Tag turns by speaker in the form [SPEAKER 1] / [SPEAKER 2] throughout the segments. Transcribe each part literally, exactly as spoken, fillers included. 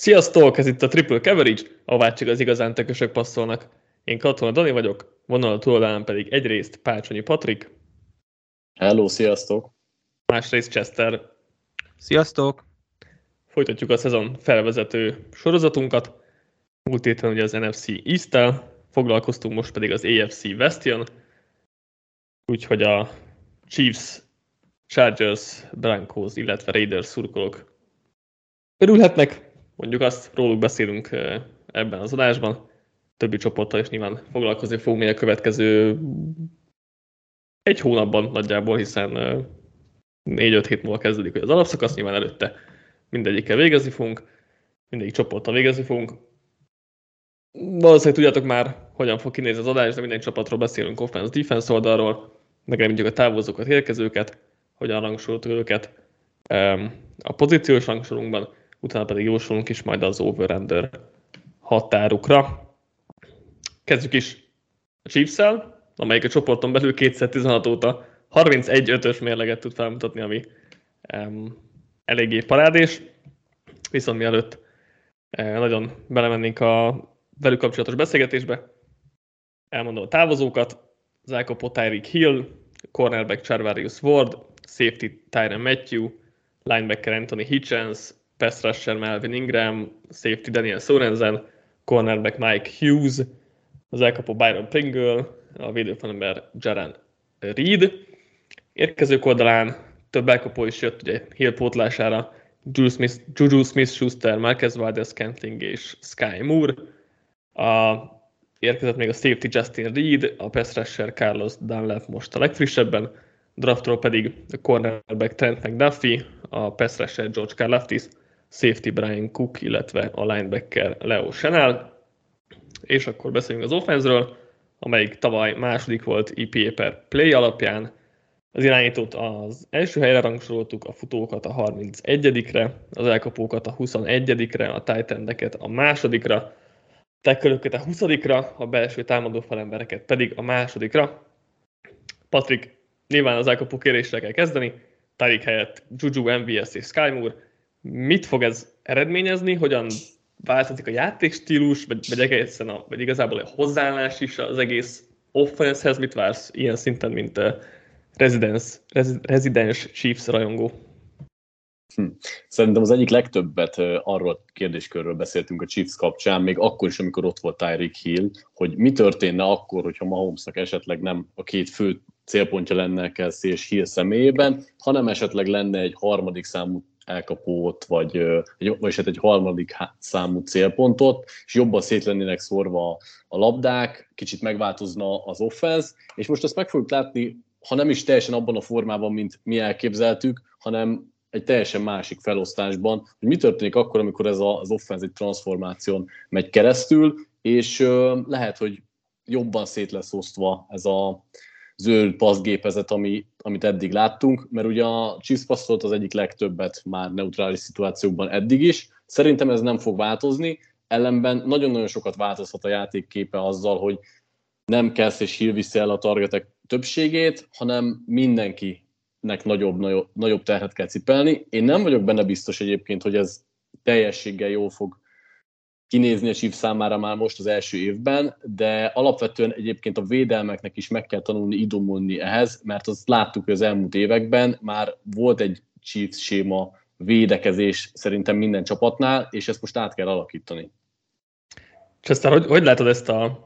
[SPEAKER 1] Sziasztok! Ez itt a Triple Coverage, ahová csak az igazán tökösök passzolnak. Én Katona Dani vagyok, vonal túloldalán pedig egyrészt Pácsonyi Patrik.
[SPEAKER 2] Hello, sziasztok!
[SPEAKER 1] Másrészt Chester.
[SPEAKER 3] Sziasztok!
[SPEAKER 1] Folytatjuk a szezon felvezető sorozatunkat. Múlt héten ugye az en ef cé East-tel, foglalkoztunk, most pedig az á ef cé West-jön. Úgyhogy a Chiefs, Chargers, Broncos, illetve Raiders szurkolók örülhetnek. Mondjuk azt, róluk beszélünk ebben az adásban. Többi csoporttal is nyilván foglalkozni fogunk még a következő egy hónapban nagyjából, hiszen négy-öt hét múlva kezdődik az alapszakasz, nyilván előtte mindegyikkel végezni fogunk, mindegyik csoporttal végezni fogunk. Valószínűleg tudjátok már, hogyan fog kinézni az adás, de minden csapatról beszélünk, offense-defense oldalról, megemlítjük a távozókat, érkezőket, hogyan rangsoroltuk őket a pozíciós rangsorunkban, utána pedig jósolunk is majd az over-under határukra. Kezdjük is a Chiefs-szel, amelyik a csoporton belül kétezer-tizenhat óta harmincegy ötös mérleget tud felmutatni, ami um, eléggé parádés. Viszont mielőtt eh, nagyon belemennénk a velük kapcsolatos beszélgetésbe, elmondom a távozókat. Az elkapó Tyreek Hill, cornerback Charvarius Ward, safety Tyrann Mathieu, linebacker Anthony Hitchens, pass rusher Melvin Ingram, safety Daniel Sorensen, cornerback Mike Hughes, az elkapó Byron Pringle, a védőfalember Jaren Reed. Érkezők oldalán több elkapó is jött, ugye Hill pótlására Juju Smith, Juju Smith-Schuster, Marquez Valdes-Scantling és Sky Moore. A, érkezett még a safety Justin Reed, a pass rusher Carlos Dunlap most a legfrissebben, draftról pedig a cornerback Trent McDuffie, a pass rusher George Karlaftis, safety Brian Cook, illetve a linebacker Leo Chenal. És akkor beszéljünk az offense-ről, amelyik tavaly második volt i pé á per play alapján. Az irányítót az első helyre rangsoroltuk, a futókat a harmincegyedikre, az elkapókat a huszonegyedikre, a tight endeket a másodikra, tackle-öket a huszadikra, a belső támadó falembereket pedig a másodikra. Patrik, nyilván az elkapó kérésre kell kezdeni, Tyreek helyett Juju, em vé es és Sky Moore. Mit fog ez eredményezni, hogyan változik a játékstílus, vagy, vagy egészen a, vagy igazából a hozzáállás is az egész offensehez? Mit vársz ilyen szinten, mint a residence, residens Chiefs rajongó?
[SPEAKER 2] Hm. Szerintem az egyik legtöbbet arról a kérdéskörről beszéltünk a Chiefs kapcsán, még akkor is, amikor ott volt Tyreek Hill, hogy mi történne akkor, hogyha Mahomesnak esetleg nem a két fő célpontja lenne Kelce és Hill személyében, hanem esetleg lenne egy harmadik számú elkapót, vagy, vagy hát egy harmadik számú célpontot, és jobban szét lennének szórva a labdák, kicsit megváltozna az offense, és most ezt meg fogjuk látni, ha nem is teljesen abban a formában, mint mi elképzeltük, hanem egy teljesen másik felosztásban, hogy mi történik akkor, amikor ez az offense egy transformáción megy keresztül, és lehet, hogy jobban szét lesz osztva ez a zöld passzgépezet, ami, amit eddig láttunk, mert ugye a Chiefs passzolt az egyik legtöbbet már neutrális szituációkban eddig is. Szerintem ez nem fog változni, ellenben nagyon-nagyon sokat változhat a játékképe azzal, hogy nem Kelce és Hill viszi el a targetek többségét, hanem mindenkinek nagyobb, nagyobb, nagyobb terhet kell cipelni. Én nem vagyok benne biztos egyébként, hogy ez teljességgel jól fog kinézni a Chiefs számára már most az első évben, de alapvetően egyébként a védelmeknek is meg kell tanulni idomulni ehhez, mert azt láttuk, hogy az elmúlt években már volt egy Chiefs séma védekezés szerintem minden csapatnál, és ezt most át kell alakítani.
[SPEAKER 1] És aztán hogy, hogy látod ezt a...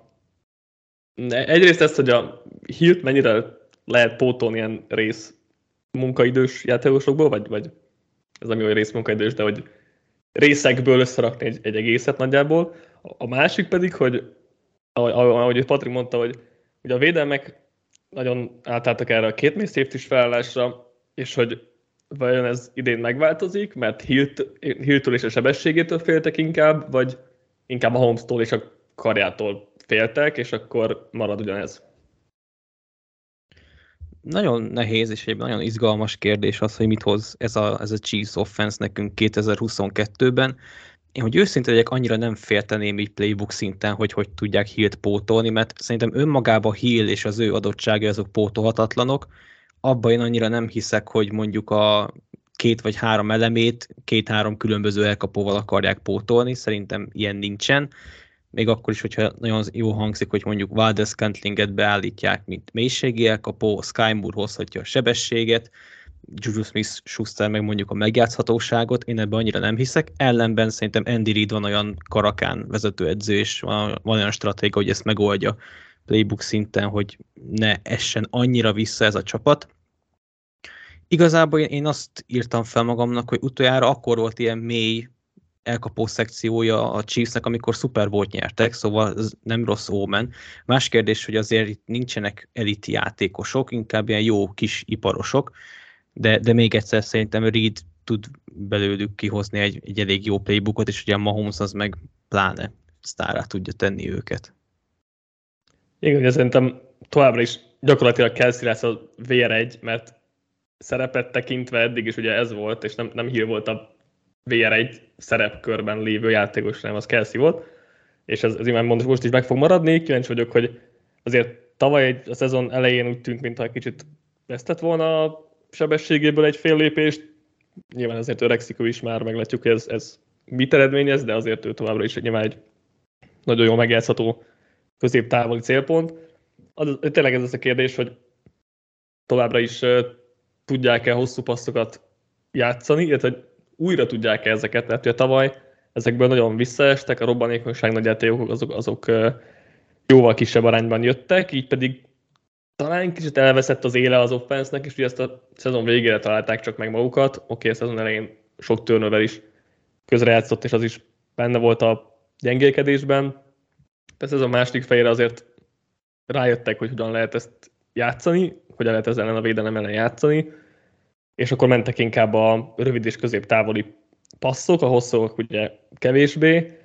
[SPEAKER 1] Egyrészt ezt, hogy a Hillt mennyire lehet pótolni ilyen rész munkaidős játékosokból, vagy, vagy ez nem jó, hogy rész munkaidős, de hogy részekből összerakni egy, egy egészet nagyjából. A másik pedig, hogy ahogy, ahogy Patrik mondta, hogy ugye a védelmek nagyon átálltak erre a két mély safety-s felállásra, és hogy vajon ez idén megváltozik, mert Hill-től és a sebességétől féltek inkább, vagy inkább a Holmes-tól és a karjától féltek, és akkor marad ugyanez.
[SPEAKER 3] Nagyon nehéz és egy nagyon izgalmas kérdés az, hogy mit hoz ez a, ez a Chiefs offense nekünk kétezer-huszonkettőben. Én, hogy őszinte legyek, annyira nem félteném így playbook szinten, hogy hogy tudják Hillt pótolni, mert szerintem önmagában Hill és az ő adottságai azok pótolhatatlanok. Abban én annyira nem hiszek, hogy mondjuk a két vagy három elemét két-három különböző elkapóval akarják pótolni, szerintem ilyen nincsen. Még akkor is, hogyha nagyon jó hangzik, hogy mondjuk Valdez-Scantlinget beállítják, mint mélységi elkapó, Sky Moore hozhatja a sebességet, Juju Smith-Schuster meg mondjuk a megjátszhatóságot, én ebben annyira nem hiszek. Ellenben szerintem Andy Reid van olyan karakán vezetőedző, és van, van olyan stratégia, hogy ezt megoldja playbook szinten, hogy ne essen annyira vissza ez a csapat. Igazából én azt írtam fel magamnak, hogy utoljára akkor volt ilyen mély elkapó szekciója a Chiefsnek, amikor Super Bowl-t nyertek, szóval ez nem rossz ómen. Más kérdés, hogy azért itt nincsenek eliti játékosok, inkább ilyen jó kis iparosok, de, de még egyszer szerintem Reid tud belőlük kihozni egy, egy elég jó playbookot, és ugye a Mahomes az meg pláne sztárrá tudja tenni őket.
[SPEAKER 1] Igen, ugye szerintem továbbra is gyakorlatilag Kelsey lesz a vé er egy, mert szerepet tekintve eddig is ugye ez volt, és nem, nem Hill volt a vé er egy szerepkörben lévő játékos, nem az Kelsey volt, és ez, ez imán most is meg fog maradni. Kíváncsi vagyok, hogy azért tavaly egy, a szezon elején úgy tűnt, mintha kicsit vesztett volna a sebességéből egy fél lépést. Nyilván azért öregszik ő is már, meglátjuk, hogy ez, ez mit eredményez, de azért ő továbbra is nyilván egy nagyon jól megjátszható középtávoli célpont. Az, tényleg ez az a kérdés, hogy továbbra is uh, tudják-e hosszú passzokat játszani, illetve újra tudják-e ezeket, mert ugye tavaly ezekből nagyon visszaestek, a robbanékonyság nagy játékok azok, azok uh, jóval kisebb arányban jöttek, így pedig talán kicsit elveszett az éle az offense-nek, és ugye ezt a szezon végére találták csak meg magukat. Oké, okay, a szezon elején sok turnover is közrejátszott, és az is benne volt a gyengélkedésben. De ez a második fejére azért rájöttek, hogy hogyan lehet ezt játszani, hogyan lehet ezzel ellen a védelem ellen játszani, és akkor mentek inkább a rövid és középtávoli passzok, a hosszúak ugye kevésbé.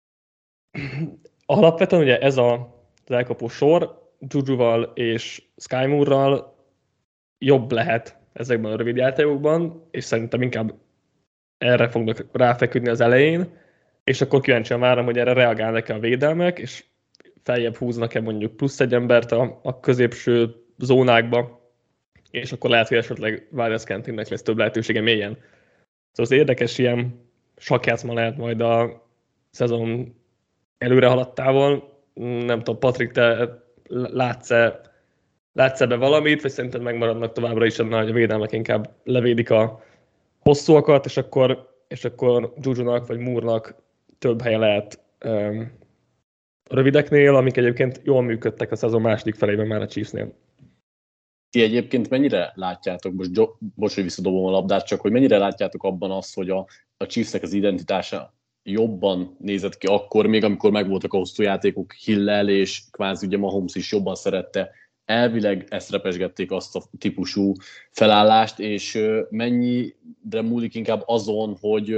[SPEAKER 1] Alapvetően ugye ez a, az elkapó sor Jujuval és Sky Moore-ral jobb lehet ezekben a rövid játékokban, és szerintem inkább erre fognak ráfeküdni az elején, és akkor kíváncsian várom, hogy erre reagálnak-e a védelmek, és feljebb húznak-e mondjuk plusz egy embert a, a középső zónákba, és akkor lehet, hogy esetleg Valdez-Scantlinnek lesz több lehetősége mélyen. Szóval az érdekes ilyen sakkjátszma lehet majd a szezon előre haladtával. Nem tudom, Patrik, te látsz-e, látsz ebbe valamit, vagy szerinted megmaradnak továbbra is annál, hogy a védelmek inkább levédik a hosszúakat, és akkor, és akkor Jujunak vagy Moore-nak több helye lehet um, a rövideknél, amik egyébként jól működtek a szezon második felében már a Chiefsnél.
[SPEAKER 2] Ti egyébként mennyire látjátok, most bocs, hogy visszadobom a labdát, csak hogy mennyire látjátok abban azt, hogy a, a Chiefsnek az identitása jobban nézett ki akkor, még amikor megvoltak a hosszú játékok Hill-lel, és kvázi ugye Mahomes is jobban szerette. Elvileg ezt repesgették azt a típusú felállást, és mennyire múlik inkább azon, hogy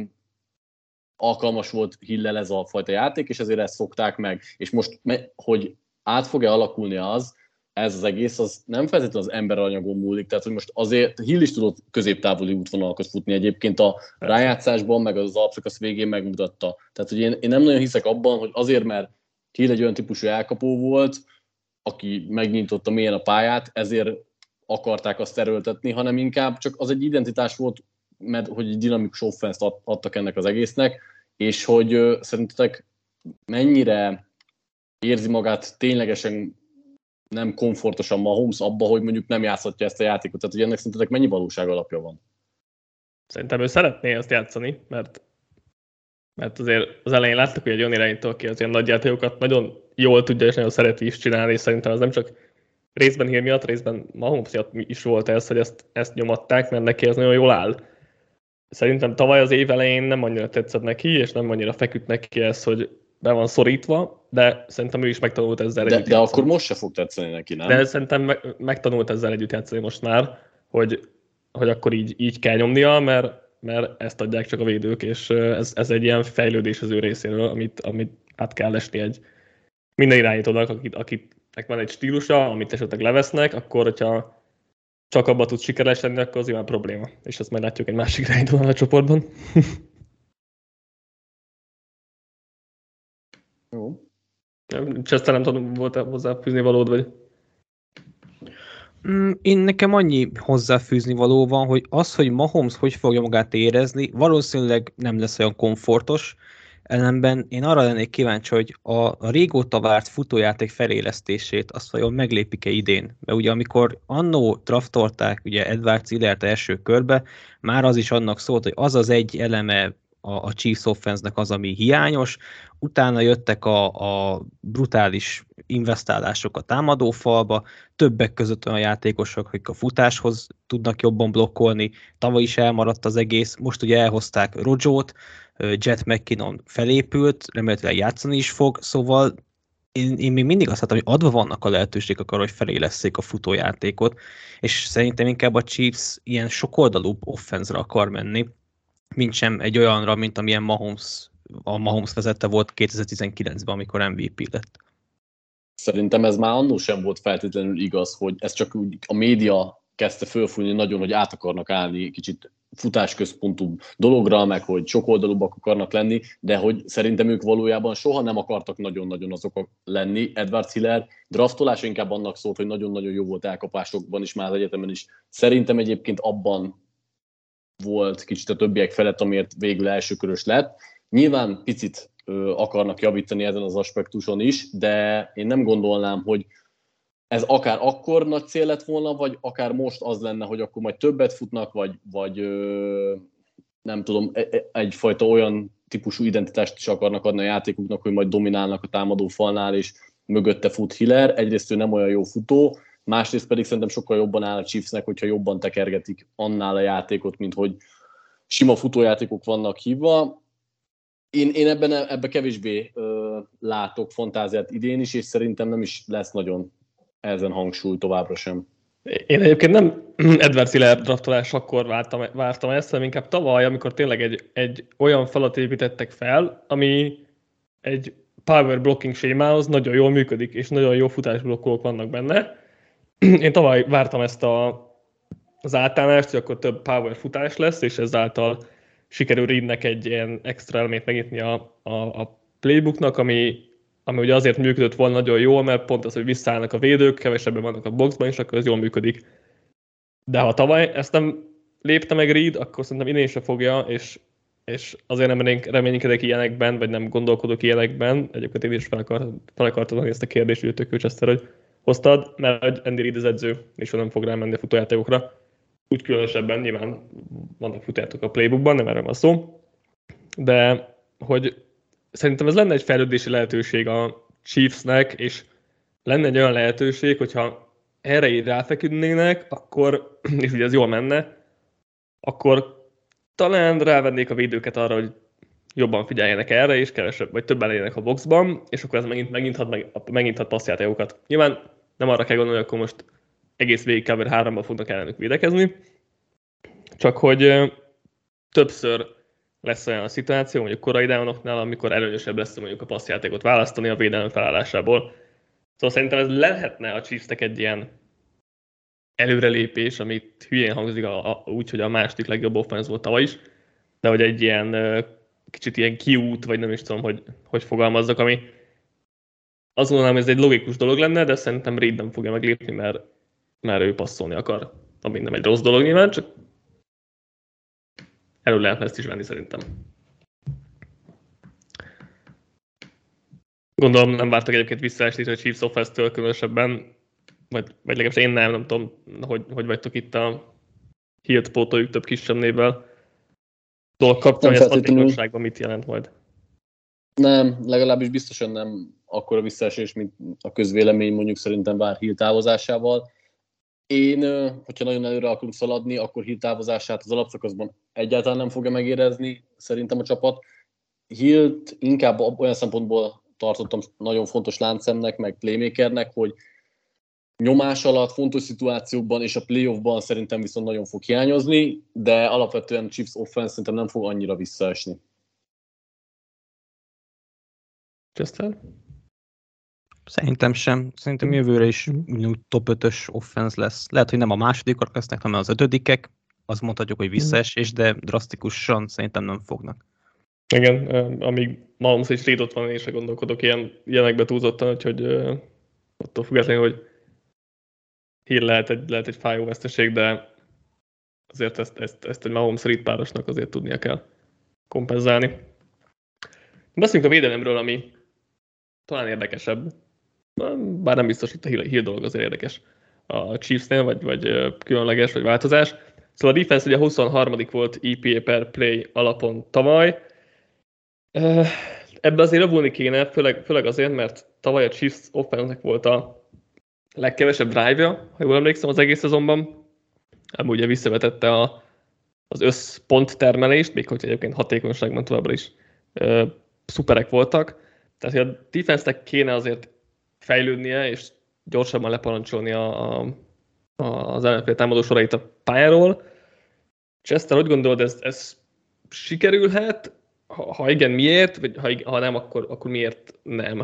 [SPEAKER 2] alkalmas volt Hill-lel ez a fajta játék, és ezért ezt szokták meg. És most, hogy át fog-e alakulni az, ez az egész, az nem feltétlenül az emberanyagon múlik, tehát hogy most azért Hill is tudott középtávoli útvonalakat futni egyébként a rájátszásban, meg az alapszakasz végén megmutatta. Tehát, hogy én, én nem nagyon hiszek abban, hogy azért, mert Hill egy olyan típusú elkapó volt, aki megnyitotta mélyen a pályát, ezért akarták azt erőltetni, hanem inkább csak az egy identitás volt, mert hogy egy dinamikus offense-t adtak ennek az egésznek, és hogy uh, szerintetek mennyire érzi magát ténylegesen nem komfortosan Mahomes abba, hogy mondjuk nem játszhatja ezt a játékot. Tehát, hogy ennek szerintetek mennyi valóság alapja van?
[SPEAKER 1] Szerintem ő szeretné ezt játszani, mert, mert azért az elején láttuk, hogy egy olyan irányító, aki az ilyen nagy játékokat nagyon jól tudja és nagyon szereti is csinálni, és szerintem az nem csak részben Hill miatt, részben Mahomes miatt is volt ez, hogy ezt, ezt nyomatták, mert neki ez nagyon jól áll. Szerintem tavaly az év elején nem annyira tetszett neki, és nem annyira feküdt neki ez, hogy be van szorítva, de szerintem ő is megtanult ezzel
[SPEAKER 2] de,
[SPEAKER 1] együtt
[SPEAKER 2] De
[SPEAKER 1] játszani.
[SPEAKER 2] akkor most se fog tetszeni neki, nem?
[SPEAKER 1] De szerintem me- megtanult ezzel együtt játszani most már, hogy, hogy akkor így, így kell nyomnia, mert, mert ezt adják csak a védők, és ez, ez egy ilyen fejlődés az ő részéről, amit, amit át kell esni egy minden irányítónak, akit, akitnek van egy stílusa, amit esetleg levesznek, akkor, hogyha csak abban tud sikeres lenni, akkor az ilyen probléma. És ezt majd látjuk egy másik irányítónál a csoportban.
[SPEAKER 2] Jó.
[SPEAKER 1] Chester, nem tudom, volt-e hozzáfűzni valód, vagy?
[SPEAKER 3] Én nekem annyi hozzáfűzni való van, hogy az, hogy Mahomes hogy fogja magát érezni, valószínűleg nem lesz olyan komfortos, ellenben én arra lennék kíváncsi, hogy a, a régóta várt futójáték felélesztését azt vajon meglépik-e idén. Mert ugye amikor annó draftolták ugye Edward Hillert első körbe, már az is annak szólt, hogy az az egy eleme a, a Chiefs offense-nek az, ami hiányos, utána jöttek a, a brutális investálások a támadófalba, többek között olyan játékosok, akik a futáshoz tudnak jobban blokkolni, tavaly is elmaradt az egész, most ugye elhozták Rojo-t, Jet McKinnon felépült, remélhetőleg játszani is fog, szóval én, én még mindig azt látom, hogy adva vannak a lehetőségek arra, hogy felélesszék a futójátékot, és szerintem inkább a Chiefs ilyen sokoldalú offenzre akar menni, mint sem egy olyanra, mint amilyen Mahomes, a Mahomes vezette volt kétezer-tizenkilencben, amikor em vé pé lett.
[SPEAKER 2] Szerintem ez már annól sem volt feltétlenül igaz, hogy ez csak úgy a média kezdte fölfújni nagyon, hogy át akarnak állni kicsit futásközpontú dologra, meg hogy sokoldalúbbak akarnak lenni, de hogy szerintem ők valójában soha nem akartak nagyon-nagyon azok lenni. Edward Hiller draftolása inkább annak szólt, hogy nagyon-nagyon jó volt elkapásokban is, már az egyetemen is. Szerintem egyébként abban volt kicsit a többiek felett, amiért végül elsőkörös lett. Nyilván picit ö, akarnak javítani ezen az aspektuson is, de én nem gondolnám, hogy ez akár akkor nagy cél lett volna, vagy akár most az lenne, hogy akkor majd többet futnak, vagy, vagy ö, nem tudom, egyfajta olyan típusú identitást is akarnak adni a játékuknak, hogy majd dominálnak a támadó falnál, és mögötte fut Hiller. Egyrészt ő nem olyan jó futó, másrészt pedig szerintem sokkal jobban áll a Chiefsnek, hogyha jobban tekergetik annál a játékot, mint hogy sima futójátékok vannak hívva. Én, én ebben ebbe kevésbé ö, látok fantáziát idén is, és szerintem nem is lesz nagyon ezen hangsúly továbbra sem.
[SPEAKER 1] Én egyébként nem Edward Hiller draftolásakor vártam, vártam ezt, hanem inkább tavaly, amikor tényleg egy, egy olyan falat építettek fel, ami egy power blocking sémához nagyon jól működik, és nagyon jó futásblokkolók vannak benne. Én tavaly vártam ezt a, az átállást, hogy akkor több power futás lesz, és ezáltal sikerül Reednek egy ilyen extra elemét megnyitni a, a, a playbooknak, ami, ami ugye azért működött volna nagyon jól, mert pont az, hogy visszaállnak a védők, kevesebben vannak a boxban, és akkor ez jól működik. De ha tavaly ezt nem lépte meg Reed, akkor szerintem idén se fogja, és, és azért nem reménykedek ilyenekben, vagy nem gondolkodok ilyenekben. Egyébként én is fel, akar, fel akartam ezt a kérdést, hogy tök Chester, hogy hoztad, mert Andy Reid az edző, és nem fog rámenni a futójátékokra. Úgy különösebben, nyilván vannak futójátékok a playbookban, nem erre van szó, de hogy szerintem ez lenne egy fejlődési lehetőség a Chiefsnek, és lenne egy olyan lehetőség, hogyha erre így ráfeküdnének, akkor, és ugye ez jól menne, akkor talán rávennék a védőket arra, hogy jobban figyeljenek erre, és kevesebb, vagy többen legyenek a boxban, és akkor ez megint megnyithat, meg, megnyithat passzjátékokat. Nyilván nem arra kell gondolni, hogy akkor most egész végig cover háromban fognak ellenük védekezni, csak hogy többször lesz olyan a szituáció, mondjuk korai downoknál, amikor előnyösebb lesz mondjuk a passzjátékot választani a védelem felállásából. Szóval szerintem ez lehetne a Chiefsnek egy ilyen előrelépés, amit hülyén hangzik a, a, úgy, hogy a második legjobb offense volt tavaly is, de hogy egy ilyen kicsit ilyen kiút, vagy nem is tudom, hogy, hogy fogalmazzak, ami azt gondolom, hogy ez egy logikus dolog lenne, de szerintem Reid nem fogja meglépni, mert, mert ő passzolni akar. Ami nem egy rossz dolog nyilván, csak elő lehetne ezt is venni szerintem. Gondolom nem vártak egyébként visszaesni a Chiefs offense-től különösebben, vagy, vagy legalábbis én nem, nem tudom, hogy, hogy vagytok itt a Hilt pótoljuk több kisebb névvel. Dolog kapcsolatban, hogy ez hatékonyságban mit jelent majd?
[SPEAKER 2] Nem, legalábbis biztosan nem akkora visszaesés, mint a közvélemény mondjuk szerintem vár Hill távozásával. Én, hogyha nagyon előre akarunk szaladni, akkor Hill távozását az alapszakaszban egyáltalán nem fogja megérezni szerintem a csapat. Hillt inkább olyan szempontból tartottam nagyon fontos láncszemnek, meg playmakernek, hogy nyomás alatt, fontos szituációkban és a playoffban szerintem viszont nagyon fog hiányozni, de alapvetően Chiefs offense szerintem nem fog annyira visszaesni.
[SPEAKER 1] Chester?
[SPEAKER 3] Szerintem sem. Szerintem jövőre is úgy top ötös offense lesz. Lehet, hogy nem a másodikak lesznek, hanem az ötödikek. Azt mondhatjuk, hogy visszaesés, de drasztikusan szerintem nem fognak.
[SPEAKER 1] Igen, amíg Mahomes és Reid ott van, én se gondolkodok ilyen, ilyenekbe túlzottan, úgyhogy uh, attól függetlenül, hogy Hill lehet egy, lehet egy fájó veszteség, de azért ezt, ezt, ezt egy Mahomes-Reed párosnak azért tudnia kell kompenzálni. Beszéljünk a védelemről, ami talán érdekesebb, bár nem biztos, hogy a Hill, Hill dolog azért érdekes a Chiefsnél, vagy, vagy különleges, vagy változás. Szóval a defense ugye huszonharmadik volt E P A per play alapon tavaly. Ebbe azért javulni kéne, főleg, főleg azért, mert tavaly a Chiefs offense-nek volt a legkevesebb drive-ja, ha jól emlékszem, az egész szezonban. Amúgy ugye visszavetette a, az összpont termelést, még hogy egyébként hatékonyságban továbbra is ö, szuperek voltak. Tehát, hogy a defense-nek kéne azért fejlődnie, és gyorsabban leparancsolni a, a, az ellenfél támadó sorait a pályáról. Chester, hogy gondolod, ez, ez sikerülhet? Ha, ha igen, miért? Vagy ha, ha nem, akkor, akkor miért nem?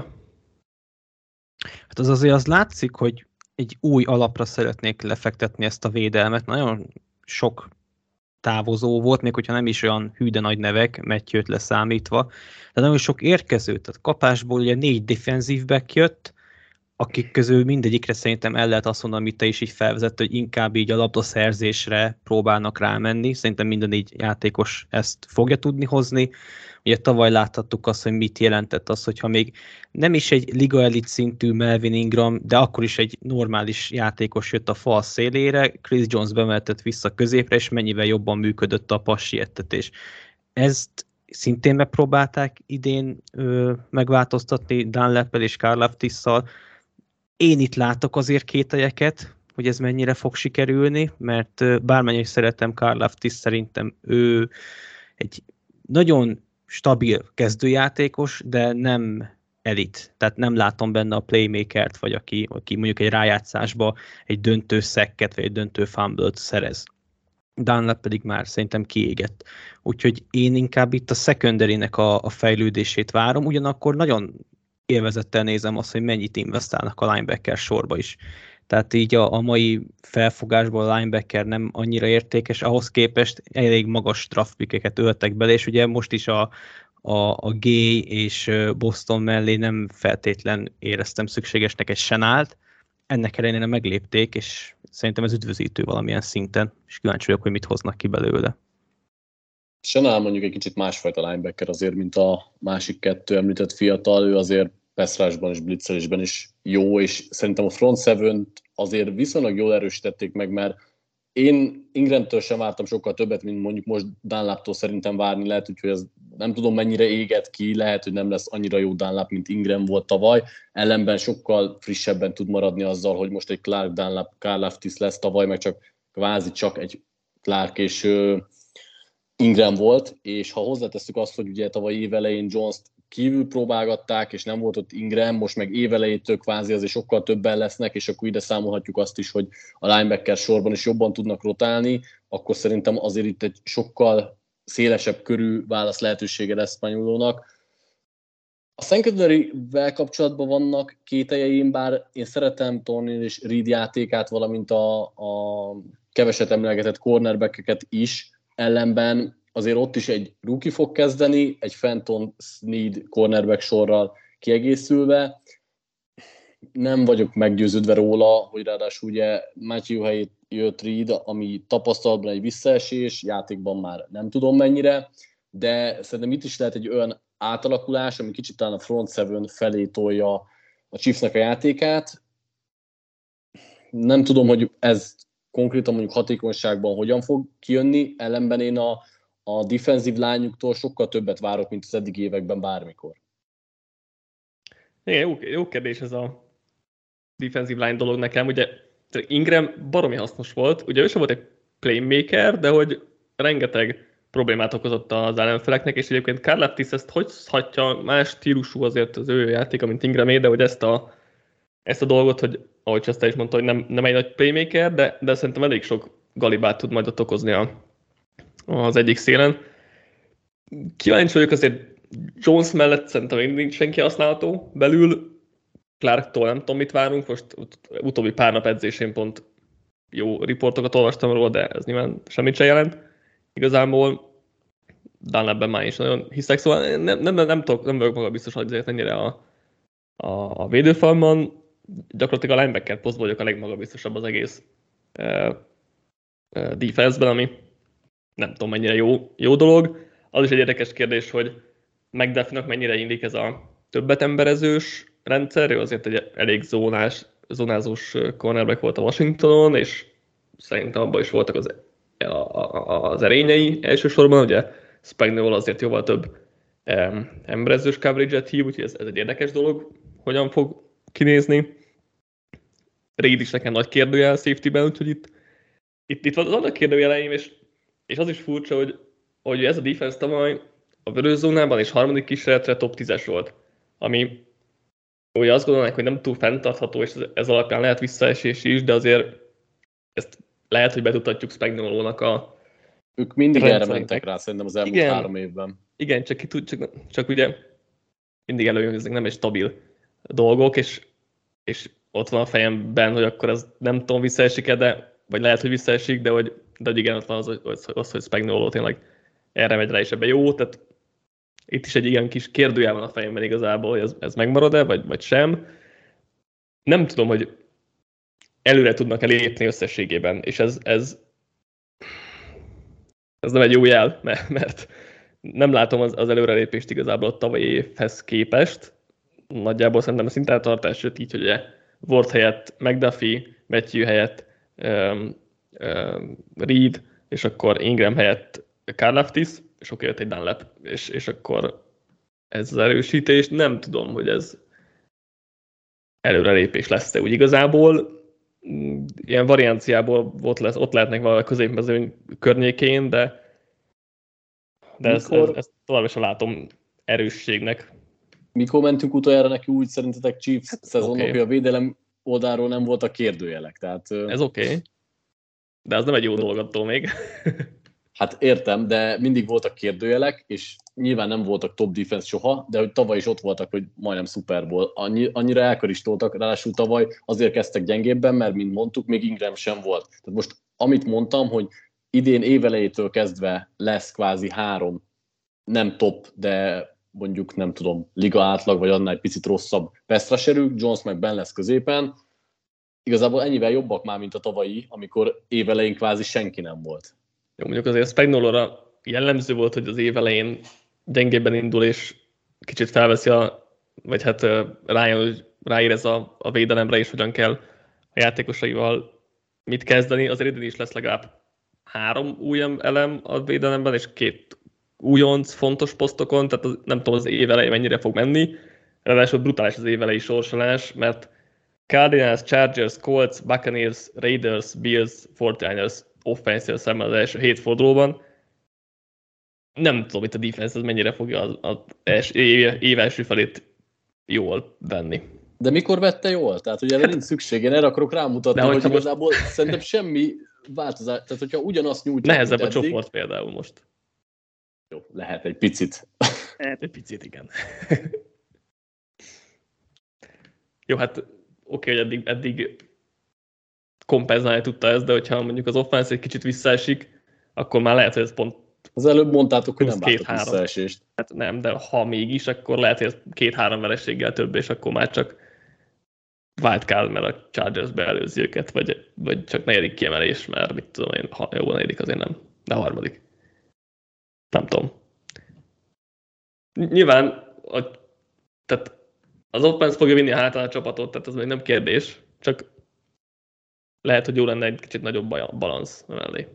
[SPEAKER 3] Hát az azért az látszik, hogy egy új alapra szeretnék lefektetni ezt a védelmet. Nagyon sok távozó volt, még hogyha nem is olyan hű de nagy nevek, Matthew-t leszámítva, de nagyon sok érkező. Tehát kapásból ugye négy defensív back jött, akik közül mindegyikre szerintem el lehet azt mondani, amit te is így felvezett, hogy inkább így a labdaszerzésre próbálnak rámenni. Szerintem minden így játékos ezt fogja tudni hozni. Ugye tavaly láthattuk azt, hogy mit jelentett az, hogyha még nem is egy liga elit szintű Melvin Ingram, de akkor is egy normális játékos jött a fal szélére, Chris Jones bemeltett vissza középre, és mennyivel jobban működött a passiettatés. Ezt szintén megpróbálták idén ö, megváltoztatni Dunlappel és Karlaftisszal. Én itt látok azért kételyeket, hogy ez mennyire fog sikerülni, mert bármennyire is szeretem Karlaftis, szerintem ő egy nagyon stabil kezdőjátékos, de nem elit. Tehát nem látom benne a playmakert, vagy aki, aki mondjuk egy rájátszásba egy döntő szekket, vagy egy döntő fumble-t szerez. Dunlap pedig már szerintem kiégett. Úgyhogy én inkább itt a secondary-nek a, a fejlődését várom, ugyanakkor nagyon élvezettel nézem azt, hogy mennyit investálnak a linebacker sorba is. Tehát így a, a mai felfogásból a linebacker nem annyira értékes, ahhoz képest elég magas draft pickeket öltek bele, és ugye most is a, a, a Gay és Boston mellé nem feltétlen éreztem szükségesnek egy Shenált, ennek ellenére meglépték, és szerintem ez üdvözítő valamilyen szinten, és kíváncsi vagyok, hogy mit hoznak ki belőle.
[SPEAKER 2] Shenál mondjuk egy kicsit másfajta linebacker azért, mint a másik kettő említett fiatal, ő azért pass-rushban és blitzelésben is jó, és szerintem a front seven-t azért viszonylag jól erősítették meg, mert én Ingramtől sem vártam sokkal többet, mint mondjuk most Dunlaptól szerintem várni lehet, úgyhogy ez nem tudom mennyire éget ki, lehet, hogy nem lesz annyira jó Dunlap, mint Ingram volt tavaly, ellenben sokkal frissebben tud maradni azzal, hogy most egy Clark Dunlap, Karlaftis lesz, tavaly meg csak kvázi csak egy Clark és uh, Ingram volt, és ha hozzátesszük azt, hogy ugye tavaly évelején Jones-t kívül próbálgatták, és nem volt ott Ingram, most meg évelejétől kvázi azért sokkal többen lesznek, és akkor ide számolhatjuk azt is, hogy a linebacker sorban is jobban tudnak rotálni, akkor szerintem azért itt egy sokkal szélesebb körű válasz lehetősége lesz Spagnuolónak. A secondary-vel kapcsolatban vannak kételjeim, bár én szeretem Thornhill és Reed játékát, valamint a, a keveset emlegetett cornerbackeket is, ellenben azért ott is egy rookie fog kezdeni, egy Fenton Snead cornerback sorral kiegészülve. Nem vagyok meggyőződve róla, hogy ráadásul ugye Matthew helyett jött Reed, ami tapasztalatban egy visszaesés, játékban már nem tudom mennyire, de szerintem itt is lehet egy olyan átalakulás, ami kicsit talán a front seven felé tolja a Chiefsnek a játékát. Nem tudom, hogy ez konkrétan mondjuk hatékonyságban hogyan fog kijönni, ellenben én a, a defensív lányuktól sokkal többet várok, mint az eddigi években bármikor.
[SPEAKER 1] Igen, jó, jó kérdés ez a defensive line dolog nekem. Ugye Ingram baromi hasznos volt, ugye ő sem volt egy playmaker, de hogy rengeteg problémát okozott az ellenfeleknek, és egyébként Karlaftis ezt hogy hagyja, más stílusú azért az ő játéka, mint Ingramé, de hogy ezt a, ezt a dolgot, hogy ahogy Chester is mondta, hogy nem, nem egy nagy playmaker, de, de szerintem elég sok galibát tud majd ott okozni a, az egyik szélen. Kíváncsi vagyok azért Jones mellett szerintem még nincs senki használható belül, Clarktól nem tudom, mit várunk, most ut- utóbbi pár nap edzésén pont jó riportokat olvastam róla, de ez nyilván semmit sem jelent. Igazából Dunlapben már is nagyon hiszek, szóval nem, nem, nem, nem, tudok, nem vagyok maga biztos, hogy azért ennyire a, a, a védőfalban. gyakorlatilag a linebacker posztból vagyok a legmagabiztosabb az egész uh, uh, defense-ben, ami nem tudom mennyire jó, jó dolog. Az is egy érdekes kérdés, hogy McDuffie-nak mennyire illik ez a többet emberezős rendszer, ő azért egy elég zónás, zónázós cornerback volt a Washingtonon, és szerintem abban is voltak az, a, a, az erényei elsősorban, ugye Spagnuolo azért jóval több um, emberezős coverage-et hív, úgyhogy ez, ez egy érdekes dolog, hogyan fog kinézni. Reid is nekem nagy kérdőjel safety-ben, úgyhogy itt, itt, itt van az annak kérdőjeleim, és, és az is furcsa, hogy, hogy ez a defense tavaly a vörös zónában és harmadik kísérletre top tízes volt, ami ugye azt gondolnánk, hogy nem túl fenntartható, és ez alapján lehet visszaesés is, de azért ezt lehet, hogy betudhatjuk Spagnuolónak a
[SPEAKER 2] Ők mindig erre mentek rá, szerintem az elmúlt
[SPEAKER 1] igen, három
[SPEAKER 2] évben.
[SPEAKER 1] Igen, csak, ki tud, csak, csak ugye mindig előjön, hogy ezek nem egy stabil dolgok, és, és ott van a fejemben, hogy akkor ez nem tudom visszaesik-e, de, vagy lehet, hogy visszaesik, de hogy, de hogy igen, ott van az, az, az hogy Spagnuolo tényleg erre megy rá, és ebben jó, tehát itt is egy igen kis kérdőjel van a fejemben igazából, hogy ez, ez megmarad-e, vagy, vagy sem. Nem tudom, hogy előre tudnak-e lépni összességében, és ez, ez, ez nem egy jó jel, mert nem látom az, az előrelépést igazából a tavalyi évhez képest. Nagyjából szerintem a szinteltartás jött így, hogy ugye Ward helyett McDuffie, Matthew helyett um, um, Reid, és akkor Ingram helyett Karlaftis, és akkor jött egy Dunlap, és, és akkor ez az erősítés. Nem tudom, hogy ez előrelépés lesz-e úgy igazából. Ilyen varianciából ott, lesz, ott lehetnek valami középmezőny környékén, de de ezt ez, ez továbbra sem látom erősségnek.
[SPEAKER 2] Mikor mentünk utoljára neki úgy szerintetek Chiefs hát, szezonnak, okay,
[SPEAKER 1] hogy
[SPEAKER 2] a védelem oldalról nem voltak kérdőjelek? Tehát,
[SPEAKER 1] ez oké, okay. De az nem egy jó dolog attól még.
[SPEAKER 2] Hát értem, de mindig voltak kérdőjelek, és nyilván nem voltak top defense soha, de hogy tavaly is ott voltak, hogy majdnem Super Bowl. Annyi, annyira elkaristoltak, ráadásul tavaly azért kezdtek gyengébben, mert mint mondtuk, még Ingram sem volt. Tehát most amit mondtam, hogy idén évelejétől kezdve lesz kvázi három, nem top, de mondjuk nem tudom, liga átlag, vagy annál egy picit rosszabb pass rusherük, Jones meg benn lesz középen. Igazából ennyivel jobbak már, mint a tavalyi, amikor évelején kvázi senki nem volt.
[SPEAKER 1] Jó, mondjuk azért Spagnuolóra jellemző volt, hogy az év elején gyengébben indul, és kicsit felveszi a, vagy hát rájön, hogy ráérez a, a védelemre, és hogyan kell a játékosaival mit kezdeni. Azért idén is lesz legalább három új elem a védelemben, és két újonc fontos posztokon, tehát az, nem tudom, az év elején mennyire fog menni. Ráadásul brutális az év elejé sorsolás, mert Cardinals, Chargers, Colts, Buccaneers, Raiders, Bills, negyvenkilencesek offense-jel szemben az első hét fordulóban. Nem tudom, itt a defense az mennyire fogja az, az első, év, év első felét jól venni.
[SPEAKER 2] De mikor vette jól? Tehát ugye erre nincs szükség, én erre akarok rámutatni, hogy
[SPEAKER 1] most...
[SPEAKER 2] igazából szerintem semmi változás, tehát hogyha ugyanazt nyújtja.
[SPEAKER 1] Nehezebb a eddig, csoport például most.
[SPEAKER 2] Jó, lehet egy picit.
[SPEAKER 1] Lehet egy picit, igen. Jó, hát oké, hogy eddig, eddig kompenzálni tudta ezt, de hogyha mondjuk az offense egy kicsit visszaesik, akkor már lehet, hogy ez pont...
[SPEAKER 2] Az előbb mondtátok, hogy nem
[SPEAKER 1] két,
[SPEAKER 2] vártok visszaesést.
[SPEAKER 1] Hát nem, de ha mégis, akkor lehet, hogy ez két-három vereséggel több, és akkor már csak wildcard, mert a Chargers beelőzi őket, vagy, vagy csak negyedik kiemelés, mert mit tudom én, ha jó, negyedik azért nem, de harmadik. Nem tudom. Nyilván a, tehát az offense fogja vinni a hátán a csapatot, tehát ez még nem kérdés, csak lehet, hogy jó lenne egy kicsit nagyobb balansz mellé.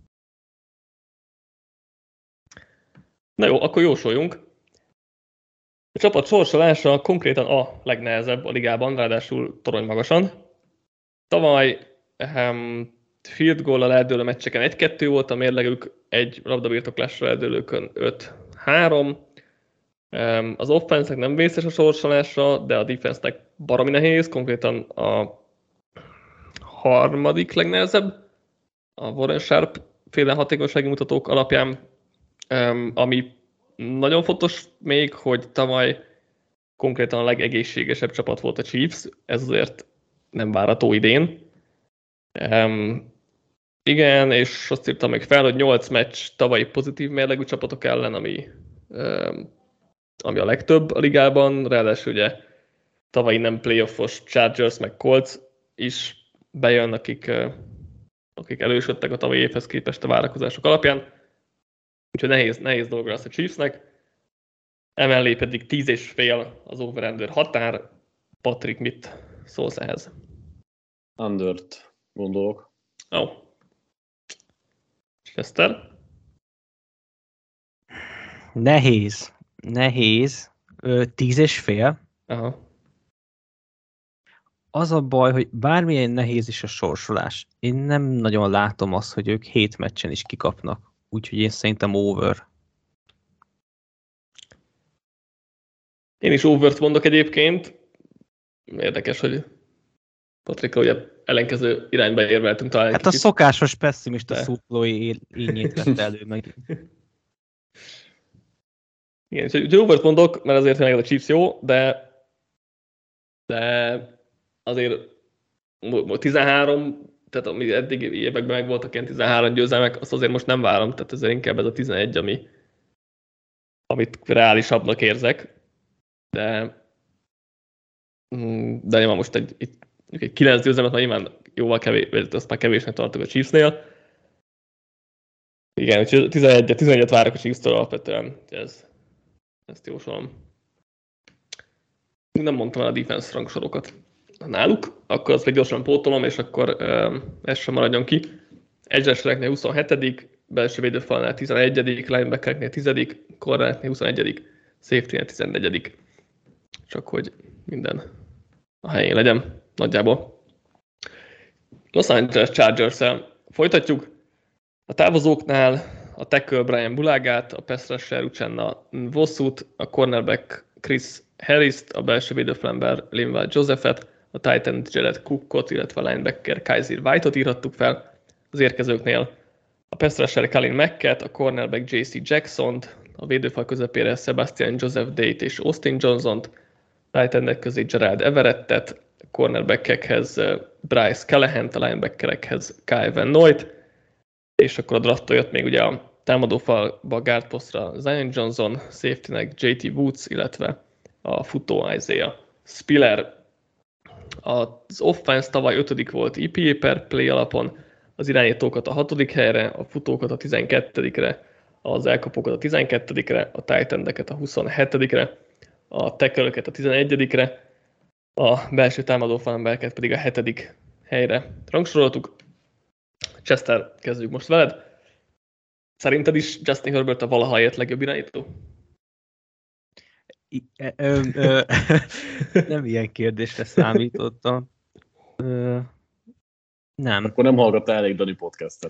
[SPEAKER 1] Na jó, akkor jósoljunk. A csapat sorsolása konkrétan a legnehezebb a ligában, ráadásul torony magasan. Tavaly um, field goal-al eldőlő meccseken egy-kettő volt a mérlegük, egy labdabirtoklásra eldőlőkön öt-három. Um, az offense-nek nem vészes a sorsolásra, de a defense-nek baromi nehéz, konkrétan a harmadik legnehezebb a Warren Sharp féle hatékonysági mutatók alapján, um, ami nagyon fontos még, hogy tavaly konkrétan a legegészségesebb csapat volt a Chiefs, ez azért nem várható idén. Um, igen, és azt írtam még fel, hogy nyolc meccs tavalyi pozitív mérlegű csapatok ellen, ami, um, ami a legtöbb a ligában, ráadásul ugye tavalyi nem playoffos Chargers meg Colts is bejön, akik, akik elősödtek a tavalyi évhez képest a várakozások alapján. Úgyhogy nehéz, nehéz dolga lesz a Chiefsnek. Emellé pedig tíz és fél az over-under határ. Patrik, mit szólsz ehhez?
[SPEAKER 2] Undert gondolok.
[SPEAKER 1] Ó. Oh. Chester?
[SPEAKER 3] Nehéz. Nehéz. Ö, tíz és fél.
[SPEAKER 1] Aha.
[SPEAKER 3] Az a baj, hogy bármilyen nehéz is a sorsolás, én nem nagyon látom azt, hogy ők hét meccsen is kikapnak. Úgyhogy én szerintem over.
[SPEAKER 1] Én is overt mondok egyébként. Érdekes, hogy Patrikra ugye ellenkező irányba érveltünk talán.
[SPEAKER 3] Hát a kicsit. Szokásos pessimista
[SPEAKER 1] De.
[SPEAKER 3] szurkolói ínyét vett elő meg.
[SPEAKER 1] Igen, úgyhogy overt mondok, mert azért tényleg a Chiefs jó, de de azért tizenhárom, tehát ami eddig években meg voltak ilyen tizenhárom győzelmek, azt azért most nem várom, tehát ezért inkább ez a tizenegy, ami, amit reálisabbnak érzek. De de nyilván most egy, egy, egy kilenc győzelmet már nyilván jóval kevés, azt már kevésnek tartok a Chiefsnél. Igen, úgyhogy tizenegyet, tizenegyet várok a Chiefs-től alapvetően, ez, ezt jósolom. Nem mondtam el a defense rangsorokat náluk, akkor azt még gyorsan pótolom, és akkor um, ez sem maradjon ki. Edge rushereknél huszonhetedik, belső védőfalnál tizenegyedik, linebackereknél tizedik, cornereknél huszonegyedik, safety-nél tizennegyedik. Csak hogy minden a helyén legyen, nagyjából. Los Angeles Chargers-el folytatjuk. A távozóknál a tackle Brian Bulagát, a pass rusher Uchenna Vossut, a cornerback Chris Harris-t, a belső védőflember Linval Josephet, a tight end Jared Cookot, illetve a linebacker Kaiser White-ot írhattuk fel az érkezőknél. A pass rusher Colin Macket, a cornerback J C Jackson-t, a védőfal közepére Sebastian Joseph Date és Austin Johnson-t, tight endek közé Gerald Everettet, a cornerbackekhez Bryce Callahan-t, a linebackerekhez Kyle Van Noy-t, és akkor a drafttól jött még ugye a támadófalba guard posztra Zion Johnson, safety-nek J T Woods, illetve a futó Isaiah Spiller. Az offense tavaly ötödik volt E P A per play alapon, az irányítókat a hatodik helyre, a futókat a tizenkettedikre, az elkapókat a tizenkettedikre, a tight endeket a huszonhetedikre, a tackle-öket a tizenegyedikre, a belső támadófalembereket pedig a hetedik helyre rangsoroltuk. Chester, kezdjük most veled. Szerinted is Justin Herbert a valaha ért legjobb irányító?
[SPEAKER 3] I- ö, ö, nem ilyen kérdésre számítottam. Ö, nem.
[SPEAKER 2] Akkor nem hallgattál elég Dani podcastet.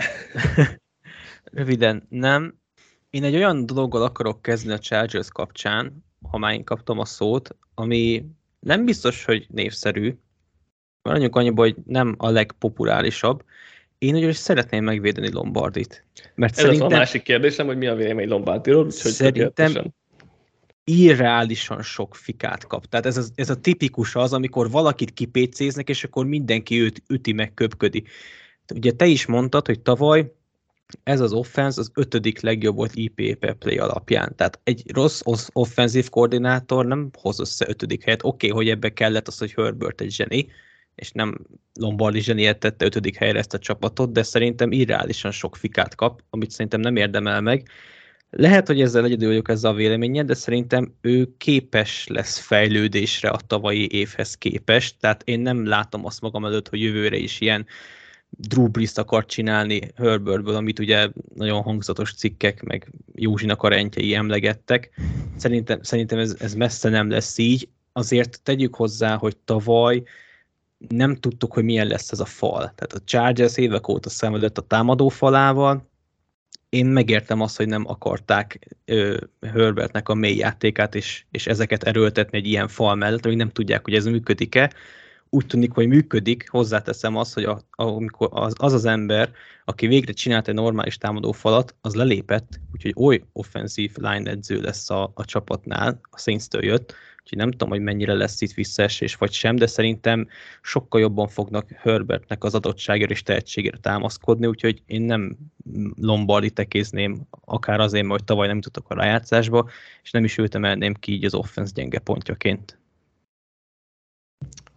[SPEAKER 3] Röviden, nem. Én egy olyan dologgal akarok kezdeni a Chargers kapcsán, ha már én kaptam a szót, ami nem biztos, hogy névszerű, mert mondjuk annyiban, hogy nem a legpopulárisabb. Én ugyanis szeretném megvédeni Lombardit. Mert
[SPEAKER 1] Ez
[SPEAKER 3] szerintem,
[SPEAKER 1] az a másik kérdésem, hogy mi a vélemény Lombardiról, úgyhogy
[SPEAKER 3] szerintem
[SPEAKER 1] tökéletesen.
[SPEAKER 3] irreálisan sok fikát kap. Tehát ez a, ez a tipikus az, amikor valakit kipécéznek, és akkor mindenki őt üti meg, köpködi. Ugye te is mondtad, hogy tavaly ez az offense az ötödik legjobb volt E P A per play alapján. Tehát egy rossz offenzív koordinátor nem hoz össze ötödik helyet. Oké, okay, hogy ebbe kellett az, hogy Herbert egy zseni, és nem Lombardi zseniet tette ötödik helyre ezt a csapatot, de szerintem irreálisan sok fikát kap, amit szerintem nem érdemel meg. Lehet, hogy ezzel egyedül vagyok ezzel a véleményen, de szerintem ő képes lesz fejlődésre a tavalyi évhez képest, tehát én nem látom azt magam előtt, hogy jövőre is ilyen Drew Brees-t akar csinálni Herbertből, amit ugye nagyon hangzatos cikkek, meg Józsinak a rendjei emlegettek. Szerintem, szerintem ez, ez messze nem lesz így. Azért tegyük hozzá, hogy tavaly nem tudtuk, hogy milyen lesz ez a fal. Tehát a Chargers évek óta szenvedett a támadó falával. Én megértem azt, hogy nem akarták ö, Herbertnek a mély játékát, és, és ezeket erőltetni egy ilyen fal mellett, amíg nem tudják, hogy ez működik-e. Úgy tűnik, hogy működik, hozzáteszem azt, hogy a, amikor az, az az ember, aki végre csinált egy normális támadó falat, az lelépett, úgyhogy oly offenzív line edző lesz a, a csapatnál, a Saints-től jött, úgyhogy nem tudom, hogy mennyire lesz itt visszaesés vagy sem, de szerintem sokkal jobban fognak Herbertnek az adottságára és tehetségére támaszkodni, úgyhogy én nem Lombardi tekézném, akár azért, mert tavaly nem jutottak a rájátszásba, és nem is őt emelném ki így az offense gyenge pontjaként.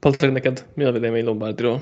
[SPEAKER 1] Patrik, neked mi a vélemény Lombardiról?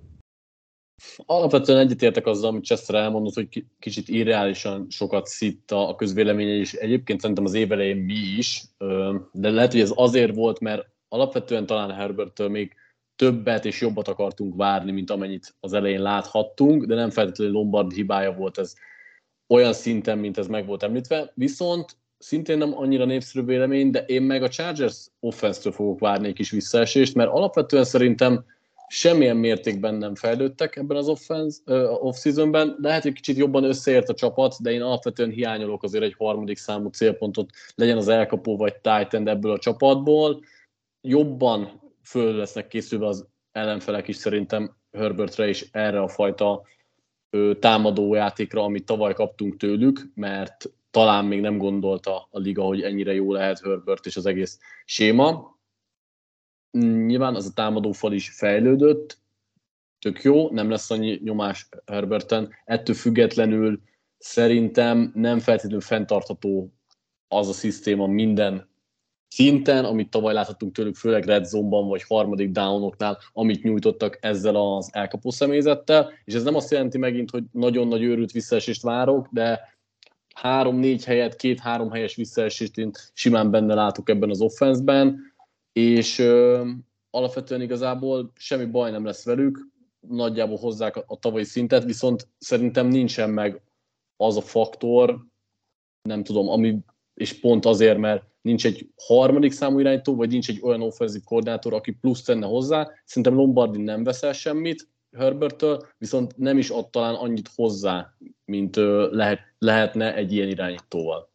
[SPEAKER 2] Alapvetően egyetértek azzal, amit Chester elmondott, hogy kicsit irreálisan sokat szitta a közvéleménye, és egyébként szerintem az év elején mi is, de lehet, hogy ez azért volt, mert alapvetően talán Herberttől még többet és jobbat akartunk várni, mint amennyit az elején láthattunk, de nem feltétlenül Lombardi hibája volt ez olyan szinten, mint ez meg volt említve. Viszont szintén nem annyira népszerű vélemény, de én meg a Chargers offense-től fogok várni egy kis visszaesést, mert alapvetően szerintem semmilyen mértékben nem fejlődtek ebben az offense, uh, off-seasonben. Lehet, hogy kicsit jobban összeért a csapat, de én alapvetően hiányolok azért egy harmadik számú célpontot, legyen az elkapó vagy tight end ebből a csapatból. Jobban föl lesznek készülve az ellenfelek is szerintem Herbertre és erre a fajta ö, támadó játékra, amit tavaly kaptunk tőlük, mert talán még nem gondolta a liga, hogy ennyire jó lehet Herbert és az egész séma. Nyilván az a támadófal is fejlődött, tök jó, nem lesz annyi nyomás Herberten. Ettől függetlenül szerintem nem feltétlenül fenntartható az a szisztéma minden szinten, amit tavaly láthattunk tőlük, főleg red zone-ban vagy harmadik downoknál, amit nyújtottak ezzel az elkapó személyzettel, és ez nem azt jelenti megint, hogy nagyon nagy őrült visszaesést várok, de három-négy helyet, két-három helyes visszaesést én simán benne látok ebben az offenszben, és ö, alapvetően igazából semmi baj nem lesz velük, nagyjából hozzák a, a tavalyi szintet, viszont szerintem nincsen meg az a faktor, nem tudom, ami, és pont azért, mert nincs egy harmadik számú irányító, vagy nincs egy olyan offenzív koordinátor, aki plusz tenne hozzá. Szerintem Lombardi nem veszel semmit Herberttől, viszont nem is ad talán annyit hozzá, mint ö, lehet, lehetne egy ilyen irányítóval.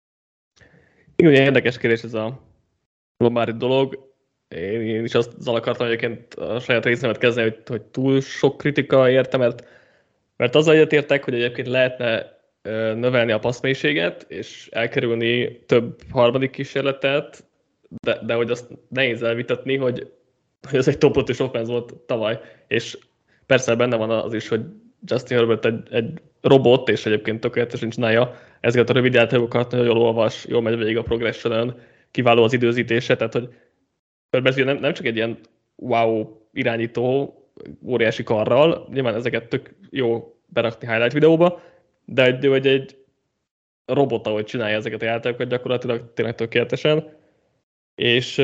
[SPEAKER 1] Igen, érdekes kérdés ez a Lombardi dolog. Én, én is azt azzal akartam egyébként a saját részemet kezdeni, hogy, hogy túl sok kritika érte, mert, mert azzal egyetértek, hogy egyébként lehetne ö, növelni a passzmélységet, és elkerülni több harmadik kísérletet, de, de hogy azt nehéz elvitatni, hogy, hogy ez egy top ötös offense volt tavaly, és persze benne van az is, hogy Justin Herbert egy, egy robot, és egyébként tökéletesen csinálja ezeket a rövid játékokat, nagyon jól olvas, jól megy végig a progressionen, kiváló az időzítése, tehát hogy Herbert nem, nem csak egy ilyen wow irányító, óriási karral, nyilván ezeket tök jó berakni highlight videóba, de egy, hogy egy robot, ahogy csinálja ezeket a játékokat, gyakorlatilag tényleg tökéletesen, és,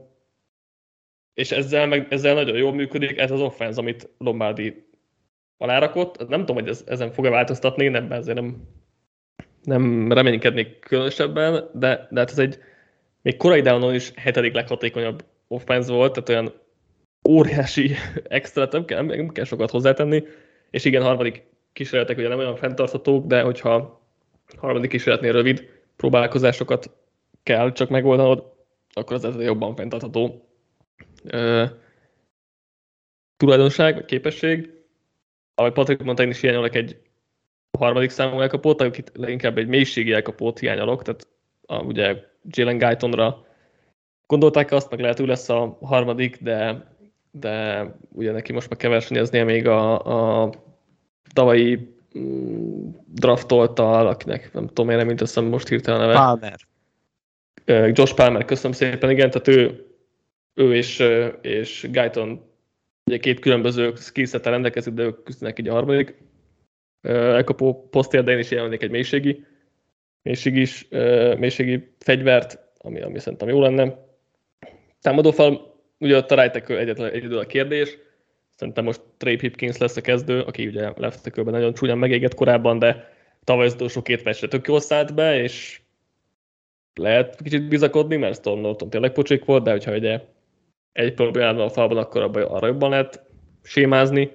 [SPEAKER 1] és ezzel, meg, ezzel nagyon jól működik ez az offense, amit Lombardi alárakott. Nem tudom, hogy ez, ezen fog-e változtatni, én ebben ezért nem, nem reménykednék különösebben, de, de hát ez egy még korai downon is hetedik leghatékonyabb offense volt, tehát olyan óriási extra, nem kell, nem kell sokat hozzátenni, és igen, harmadik kísérletek ugye nem olyan fenntarthatók, de hogyha harmadik kísérletnél rövid próbálkozásokat kell csak megoldanod, akkor az ez jobban fenntartható ö, tulajdonság, vagy képesség. Ahogy Patrik mondta, én is hiányolok egy harmadik számú elkapót, akit leginkább egy mélységi elkapót hiányolok, tehát a, ugye Jalen Guytonra gondolták azt, meg lehet, hogy lesz a harmadik, de, de ugye neki most meg kell versenyeznie még a, a tavalyi mm, draftoltal, akinek nem tudom, én nem mint összem most hirtelen a neve.
[SPEAKER 3] Palmer.
[SPEAKER 1] Josh Palmer, köszönöm szépen, igen, tehát ő, ő és, és Guyton ugye két különböző skillsettel rendelkezik, de ők küzdenek így a harmadik elkapó posztért, de én is jelölnék egy mélységi, mélységi, is, mélységi fegyvert, ami, ami szerintem jó lenne. Támadófal, ugye ott a right tackle egyetlen egyedül a kérdés, szerintem most Trey Hipkins lesz a kezdő, aki ugye left tackle-ben nagyon csúnyán megégett korábban, de tavaly az utolsó két meccsre tök jól szállt be, és lehet kicsit bizakodni, mert Storm Norton tényleg pocsék volt, de hogyha ugye egy problémában a falban, akkor abban arra jobban lehet sémázni.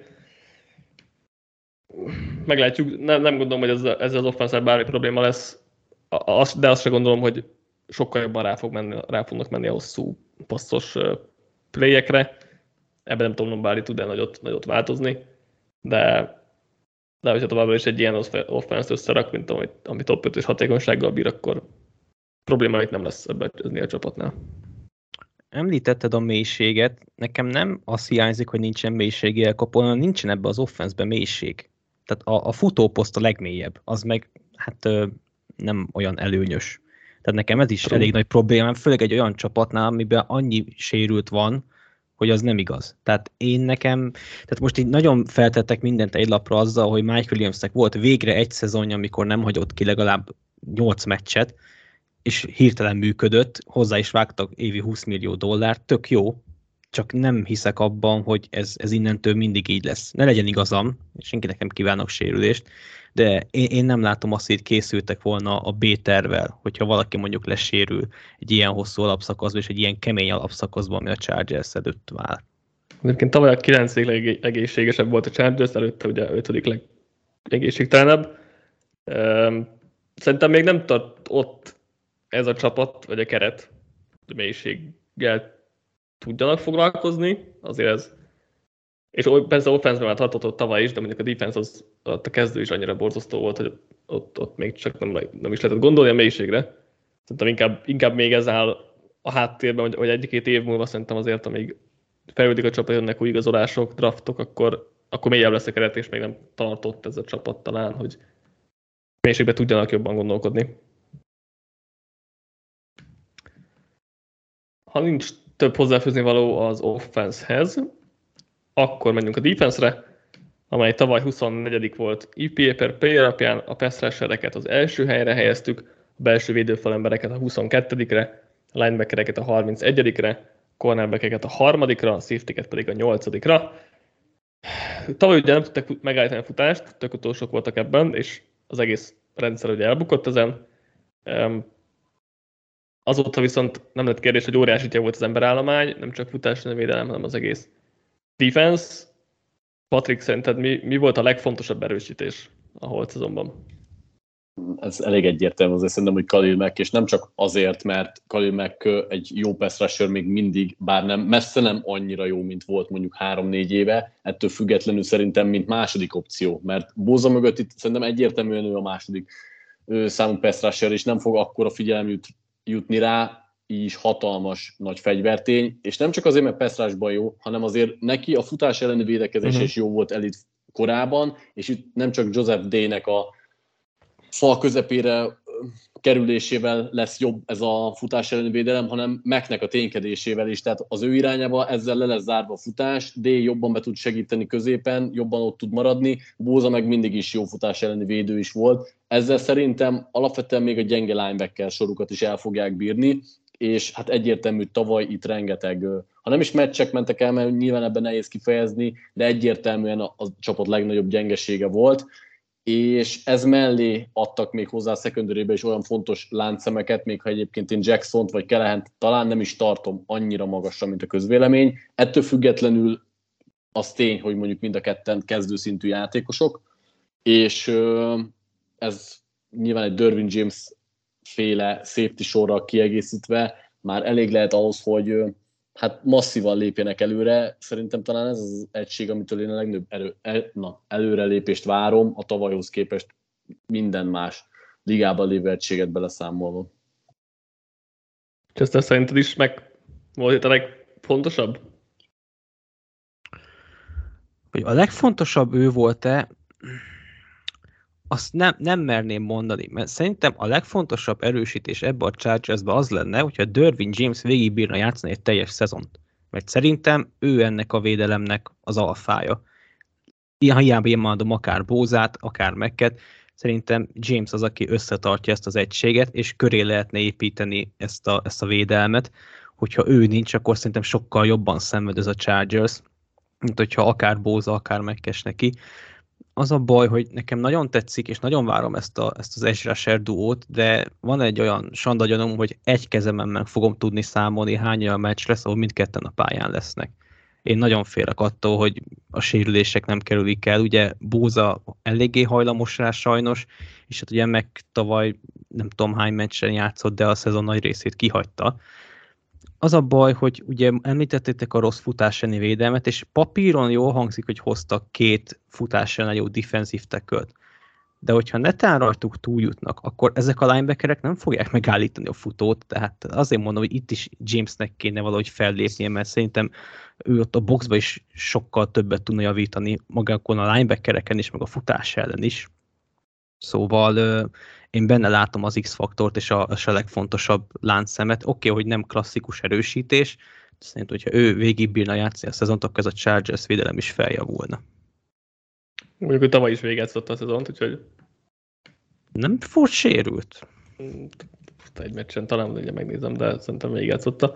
[SPEAKER 1] Meglátjuk, nem, nem gondolom, hogy ez, ez az offense bármi probléma lesz, de azt sem gondolom, hogy sokkal jobban rá, fog menni, rá fognak menni a hosszú passzos playekre. Ebben nem tudom, Lombardi tud-e nagyot, nagyot változni, de, de hogyha továbbra is egy ilyen offense összerak, mint ami, ami top ötös hatékonysággal bír, akkor problémáit nem lesz ebben a csapatnál.
[SPEAKER 3] Említetted a mélységet, nekem nem azt hiányzik, hogy nincsen mélységi elkapó, hanem nincsen ebbe az offenszben mélység. Tehát a, a futóposzt a legmélyebb, az meg hát ö, nem olyan előnyös. Tehát nekem ez is elég nagy problémám, főleg egy olyan csapatnál, amiben annyi sérült van, hogy az nem igaz. Tehát én nekem, tehát most így nagyon feltettek mindent egy lapra azzal, hogy Mike Williamsnek volt végre egy szezonja, amikor nem hagyott ki legalább nyolc meccset, és hirtelen működött, hozzá is vágtak évi húsz millió dollárt, tök jó, csak nem hiszek abban, hogy ez, ez innentől mindig így lesz. Ne legyen igazam, és senkinek nem kívánok sérülést, de én, én nem látom azt, hogy készültek volna a B-tervvel, hogyha valaki mondjuk lesérül egy ilyen hosszú alapszakaszban, és egy ilyen kemény alapszakaszban, ami a Chargers előtt vár.
[SPEAKER 1] Egyébként tavaly a kilencedik legegészségesebb volt a Chargers, előtte ugye a ötödik legegészségtelenebb. Szerintem még nem tart ott ez a csapat, vagy a keret mélységgel tudjanak foglalkozni, azért ez. És persze offense-ben már tartott tavaly is, de mondjuk a defense az, a kezdő is annyira borzasztó volt, hogy ott, ott még csak nem, nem is lehetett gondolni a mélységre. Szerintem inkább, inkább még ez áll a háttérben, hogy, hogy egy-két év múlva szerintem azért, amíg fejlődik a csapat, jönnek új igazolások, draftok, akkor, akkor mélyebb lesz a keret, és még nem tartott ez a csapat talán, hogy mélységben tudjanak jobban gondolkodni. Ha nincs több hozzáfűzni való az offensehez, akkor menjünk a defense-re, amely tavaly huszonnegyedik volt i pé á per play alapján, a pass rushereket az első helyre helyeztük, a belső védőfalembereket a huszonkettedikre, a linebackereket a harmincegyedikre, a cornerbackeket a harmadikra, a safetyket pedig a nyolcadikra. Tavaly ugye nem tudtak megállítani a futást, tök utolsók voltak ebben, és az egész rendszer ugye elbukott ezen. Azóta viszont nem lett kérdés, hogy óriási volt az emberállomány, nem csak futás, nem védelem, hanem az egész defense. Patrik, szerinted mi, mi volt a legfontosabb erősítés a holt szezonban?
[SPEAKER 2] Ez elég egyértelmű, azért szerintem, hogy Khalil Mack, és nem csak azért, mert Khalil Mack egy jó pass rusher még mindig, bár nem, messze nem annyira jó, mint volt mondjuk három-négy éve, ettől függetlenül szerintem, mint második opció, mert Bosa mögött itt szerintem egyértelműen ő a második ő, számú pass rusher, és nem fog akkora figyelem jut, jutni rá, így is hatalmas nagy fegyvertény, és nem csak azért, mert pass rushban jó, hanem azért neki a futás elleni védekezés uh-huh. is jó volt elit korában, és itt nem csak Joseph Day-nek a fal közepére kerülésével lesz jobb ez a futás elleni védelem, hanem Macknek a ténykedésével is, tehát az ő irányába ezzel le lesz zárva a futás, D jobban be tud segíteni középen, jobban ott tud maradni, Bosa meg mindig is jó futás elleni védő is volt, ezzel szerintem alapvetően még a gyenge linebacker sorukat is el fogják bírni, és hát egyértelmű tavaly itt rengeteg, ha nem is meccsek mentek el, mert nyilván ebben nehéz kifejezni, de egyértelműen a, a csapat legnagyobb gyengesége volt, és ez mellé adtak még hozzá a secondary-be is olyan fontos láncszemeket, még ha egyébként én Jacksont vagy Kelehent talán nem is tartom annyira magasra, mint a közvélemény. Ettől függetlenül az tény, hogy mondjuk mind a ketten kezdőszintű játékosok, és ez nyilván egy Derwin James féle safety sorral kiegészítve már elég lehet ahhoz, hogy hát masszívan lépjenek előre. Szerintem talán ez az egység, amitől én a legnagyobb erő, el, na, előrelépést várom, a tavalyhoz képest minden más ligában lévő egységet beleszámolva.
[SPEAKER 1] És ezt szerinted is meg volt itt a legfontosabb?
[SPEAKER 3] Hogy a legfontosabb ő volt-e, azt nem, nem merném mondani, mert szerintem a legfontosabb erősítés ebbe a Chargersbe az lenne, hogyha Derwin James végigbírna játszani egy teljes szezont. Mert szerintem ő ennek a védelemnek az alfája. Ha hiába én mondom akár Bosát, akár Macket, szerintem James az, aki összetartja ezt az egységet, és köré lehetne építeni ezt a, ezt a védelmet. Hogyha ő nincs, akkor szerintem sokkal jobban szenved ez a Chargers, mint hogyha akár Bosa, akár Mackes neki. Az a baj, hogy nekem nagyon tetszik, és nagyon várom ezt, a, ezt az edge rusher duót, de van egy olyan sandagyanom, hogy egy kezemen meg fogom tudni számolni, hány olyan meccs lesz, ahol mindketten a pályán lesznek. Én nagyon félek attól, hogy a sérülések nem kerülik el. Ugye Bosa eléggé hajlamos rá sajnos, és hát ugye meg tavaly nem tudom hány meccsen játszott, de a szezon nagy részét kihagyta. Az a baj, hogy ugye említettétek a rossz futás elleni védelmet, és papíron jól hangzik, hogy hoztak két futás ellen jó defensive tackle-t. De hogyha netán rajtuk túljutnak, akkor ezek a linebackerek nem fogják megállítani a futót, tehát azért mondom, hogy itt is Jamesnek kéne valahogy fellépnie, mert szerintem ő ott a boxba is sokkal többet tudna javítani magakon a linebackereken is, meg a futás ellen is. Szóval én benne látom az X-faktort és a, a legfontosabb láncszemet. Oké, okay, hogy nem klasszikus erősítés, Szerintem, hogyha ő végigbírna játszani a szezont, akkor ez a Chargers védelem is feljavulna.
[SPEAKER 1] Mondjuk, hogy tavaly is végeztott a szezont, úgyhogy...
[SPEAKER 3] Nem volt sérült.
[SPEAKER 1] Egy meccsen talán, ugye megnézem, de szerintem végigjátszotta.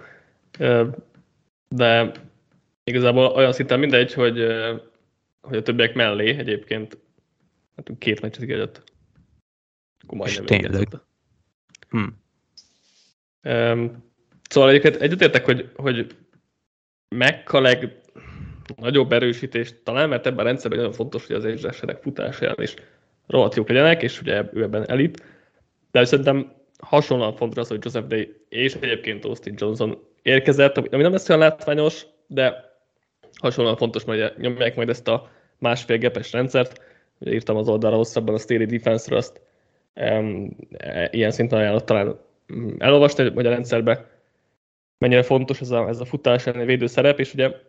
[SPEAKER 1] De igazából olyan szinten mindegy, hogy, hogy a többiek mellé egyébként hát két meccset kiadott. Akkor majdnem végigjátszotta.
[SPEAKER 3] Hm.
[SPEAKER 1] Szóval egyébként egyetértek, hogy, hogy Mac a legnagyobb erősítés talán, mert ebben a rendszerben nagyon fontos, hogy az edge-eserek futásán is rohadt jók legyenek, és ugye ő ebben elit. De szerintem hasonlóan fontos az, hogy Joseph Day és egyébként Austin Johnson érkezett, ami nem lesz olyan látványos, de hasonlóan fontos, hogy nyomják majd ezt a másfél gepes rendszert. Ugye írtam az oldalra hosszabban a Staley Defense-ről, azt um, ilyen szinten ajánlott talán elolvasni, hogy a rendszerben mennyire fontos ez a, ez a futás elleni védőszerep, és ugye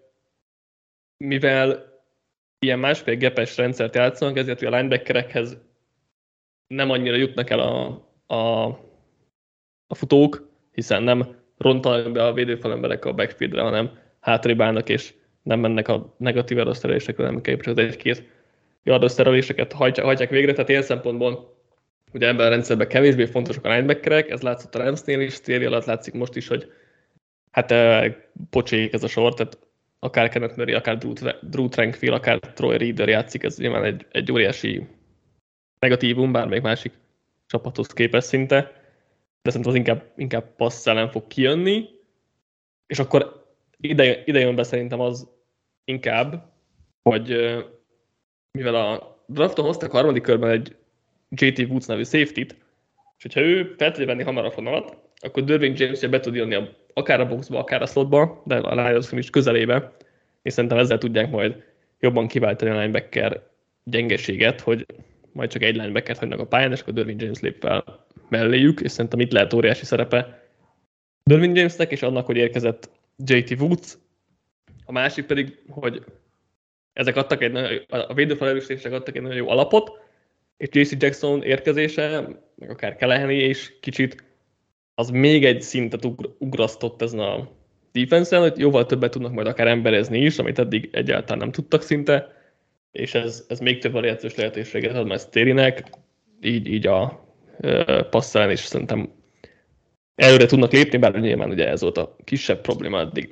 [SPEAKER 1] mivel ilyen másfél gepes rendszert játszanak, ezért a linebackerekhez nem annyira jutnak el a, a, a futók, hiszen nem rontanak be a védőfal emberek a backfieldre, hanem hátrébb állnak, és nem mennek a negatív yardoszerelésekre, nem képes az egy-két yardoszereléseket hajtják végre, tehát ilyen szempontból ugye ebben a rendszerben kevésbé fontosak a linebackerek, ez látszott a Ramsnél is, téli alatt látszik most is, hogy hát pocsék ez a sor, tehát akár Kenneth Murray, akár Drew Tranquill, akár Troy Reader játszik, ez nyilván egy, egy óriási negatívum, bármelyik másik csapathoz képest szinte, de szerintem az inkább, inkább passz ellen fog kijönni, és akkor ide, ide jön be szerintem az inkább, hogy mivel a drafton hoztak a harmadik körben egy jé té Woods nevű safety-t, és hogyha ő fel tudja venni hamar a fonalat, akkor Derwin James be tud jönni a, akár a boxba, akár a slotba, de a Lions is közelébe, és szerintem ezzel tudják majd jobban kiváltani a linebacker gyengeséget, hogy majd csak egy linebackert hagynak a pályán, és akkor Derwin James lép fel melléjük, és szerintem itt lehet óriási szerepe Derwin Jamesnek, és annak, hogy érkezett jé té Woods. A másik pedig, hogy ezek adtak egy, a védőfelelősségek adtak egy nagyon jó alapot, és jé cé Jackson érkezése, meg akár Keleheny és kicsit, az még egy szintet ugrasztott ezen a defense-en, hogy jóval többet tudnak majd akár emberezni is, amit eddig egyáltalán nem tudtak szinte, és ez, ez még több variációs lehetőséget ad majd Staleynek, így, így a e, passzán is szerintem előre tudnak lépni, bár nyilván ugye ez volt a kisebb probléma eddig.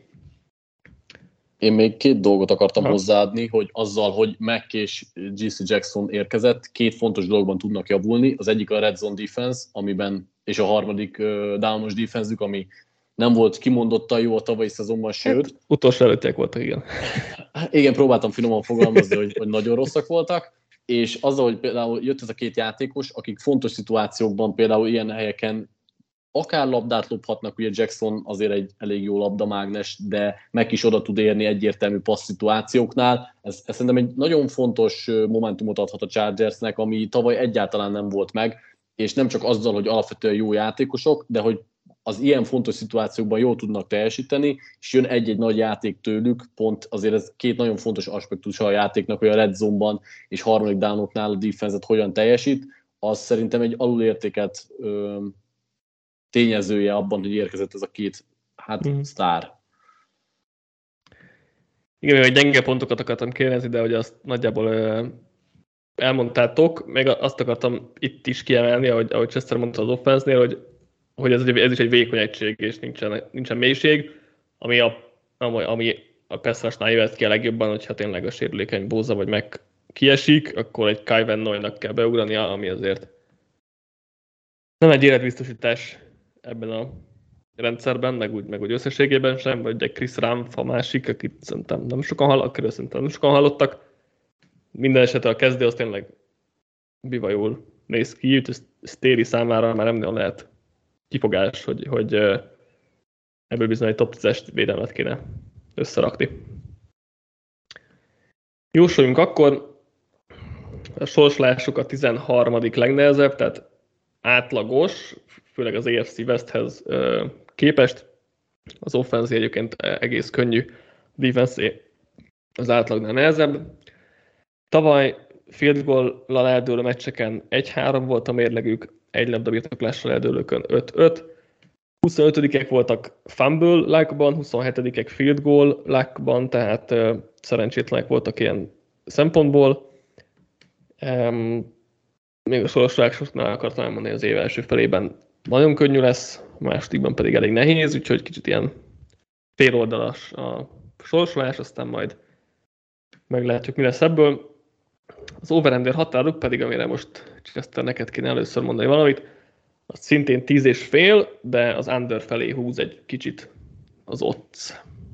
[SPEAKER 2] Én még két dolgot akartam
[SPEAKER 1] ha.
[SPEAKER 2] hozzáadni, hogy azzal, hogy Mac és jé cé Jackson érkezett, két fontos dologban tudnak javulni. Az egyik a red zone defense, amiben, és a harmadik uh, downos defense-ük, ami nem volt kimondottan jó a tavalyi szezonban, sőt.
[SPEAKER 1] Hát, utolsó előttiek voltak, igen.
[SPEAKER 2] Igen, próbáltam finoman fogalmazni, hogy, hogy nagyon rosszak voltak, és azzal, hogy például jött ez a két játékos, akik fontos szituációkban, például ilyen helyeken akár labdát lophatnak, ugye Jackson azért egy elég jó labdamágnes, de meg is oda tud érni egyértelmű passz szituációknál. Ez, ez szerintem egy nagyon fontos momentumot adhat a Chargersnek, ami tavaly egyáltalán nem volt meg, és nem csak azzal, hogy alapvetően jó játékosok, de hogy az ilyen fontos szituációkban jól tudnak teljesíteni, és jön egy-egy nagy játék tőlük, pont azért ez két nagyon fontos aspektus a játéknak, hogy a red zone-ban és harmadik downoknál a defense-et hogyan teljesít, az szerintem egy alulértéket ö, tényezője abban, hogy érkezett ez a két hát mm. sztár.
[SPEAKER 1] Igen, hogy gyenge pontokat akartam kérdezni, de hogy azt nagyjából ö, elmondtátok, meg azt akartam itt is kiemelni, ahogy, ahogy Chester mondta az offense-nél, hogy, hogy ez, ez is egy vékony egység, és nincsen, nincsen mélység, ami a, ami a pass-rushnál jöhet ki a legjobban, hogyha tényleg a sérülékeny Bosa vagy meg kiesik, akkor egy Kai Van Noy-nak kell beugrania, ami azért nem egy életbiztosítás ebben a rendszerben, meg úgy, meg úgy összességében sem, vagy egy Chris Rumph a másik, akit szerintem nem sokan hallottak, akiről szerintem nem sokan hallottak. Minden esetre a kezdő az tényleg biva jól néz ki, úgyhogy Staley számára már nem nagyon lehet kifogás, hogy, hogy ebből bizony egy top tízes védelmet kéne összerakni. Jósoljunk akkor, a sorsolásuk a tizenharmadik legnehezebb, tehát átlagos, főleg az á ef cé Westhez képest. Az offense egyébként egész könnyű, defense az átlagnál nehezebb. Tavaly field goal-lal eldőlő meccseken egy három volt a mérlegük, egy labda birtoklással eldőlőkön öt öt, huszonötödikek voltak fumble luckban, huszonhetedikek field goal luckban, tehát uh, szerencsétlenek voltak ilyen szempontból. Um, még a sorsolásoknál akartam elmondani, az év első felében nagyon könnyű lesz, a másodikban pedig elég nehéz, úgyhogy kicsit ilyen féloldalas a sorsolás, aztán majd meglátjuk, mi lesz ebből. Az over-under határuk pedig, amire most Chester neked kéne először mondani valamit, az szintén tíz és fél, de az under felé húz egy kicsit az odds.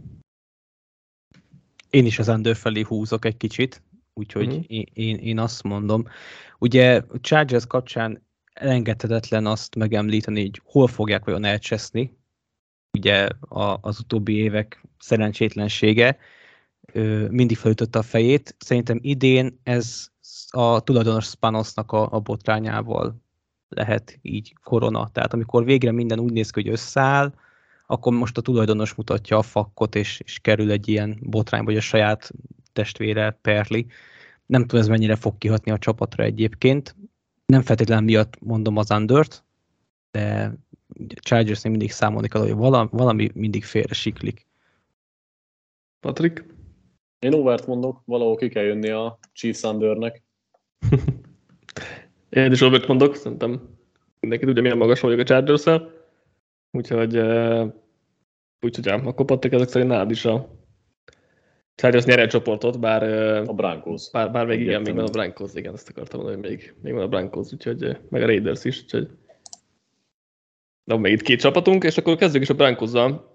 [SPEAKER 3] Én is az under felé húzok egy kicsit, úgyhogy uh-huh. én, én, én azt mondom. Ugye a Chargers kapcsán elengedhetetlen azt megemlíteni, hogy hol fogják vajon elcseszni. Ugye a, az utóbbi évek szerencsétlensége ö, mindig felütötte a fejét. Szerintem idén ez a tulajdonos Spanosnak a, a botrányával lehet így korona. Tehát amikor végre minden úgy néz ki, hogy összeáll, akkor most a tulajdonos mutatja a fakkot, és, és kerül egy ilyen botrány, vagy a saját testvére Perli. Nem tudom, ez mennyire fog kihatni a csapatra egyébként. Nem feltétlenül miatt mondom az undert, de Chargersnél mindig számolni kell, hogy valami, valami mindig félre siklik.
[SPEAKER 1] Patrik?
[SPEAKER 2] Én overt mondok, valahol ki kell jönni a Chiefs undernek.
[SPEAKER 1] Én is overt mondok, szerintem mindenki tudja, milyen magas vagyok a Chargers-szel. Úgyhogy, úgyhogy ám, akkor Patrik, ezek szerint nálad is a Chargers nyeri a csoportot, bár
[SPEAKER 2] a Broncos.
[SPEAKER 1] Bár, bár még igen, még van a Broncos, igen, ezt akartam mondani, hogy még, még van a Broncos, úgyhogy meg a Raiders is, úgyhogy de még itt két csapatunk, és akkor kezdjük is a Broncosszal.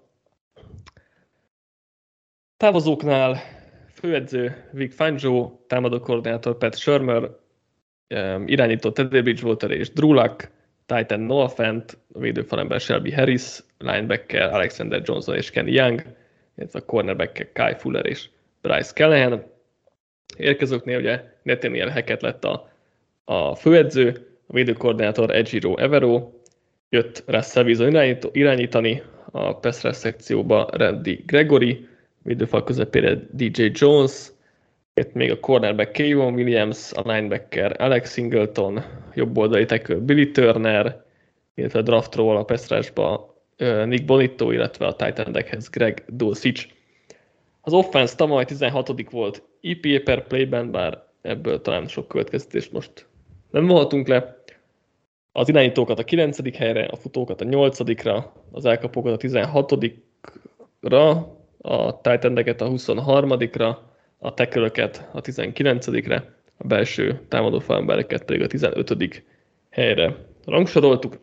[SPEAKER 1] Távozóknál főedző Vic Fangio, támadó koordinátor Pat Shurmur, irányító Teddy Bridgewater és Drew Luck, Titan Noah Fant, védőfalember Shelby Harris, linebacker Alexander Johnson és Kenny Young, illetve a cornerbacker Kai Fuller és Bryce Callahan. Érkezőknél ugye Nathaniel Hackett lett a, a főedző, a védőkoordinátor Ejiro Evero, jött Russell Wilson irányító, irányítani, a pass rush szekcióba Randy Gregory, védőfal közepére dé jé Jones, jött még a cornerback Kayvon Williams, a linebacker Alex Singleton, jobb oldali tackle Billy Turner, illetve a draftról a pass rushba Nick Bonito, illetve a tight endekhez Greg Dulcich. Az offense tavaly tizenhatodik volt i pé á per playben, bár ebből talán sok következtetést most nem vonhatunk le. Az irányítókat a kilencedik helyre, a futókat a nyolcadikra, az elkapókat a tizenhatodikra, a tight endeket a huszonharmadikra, a tackle-öket a tizenkilencedikre, a belső támadó falembereket pedig a tizenötödik helyre rangsoroltuk.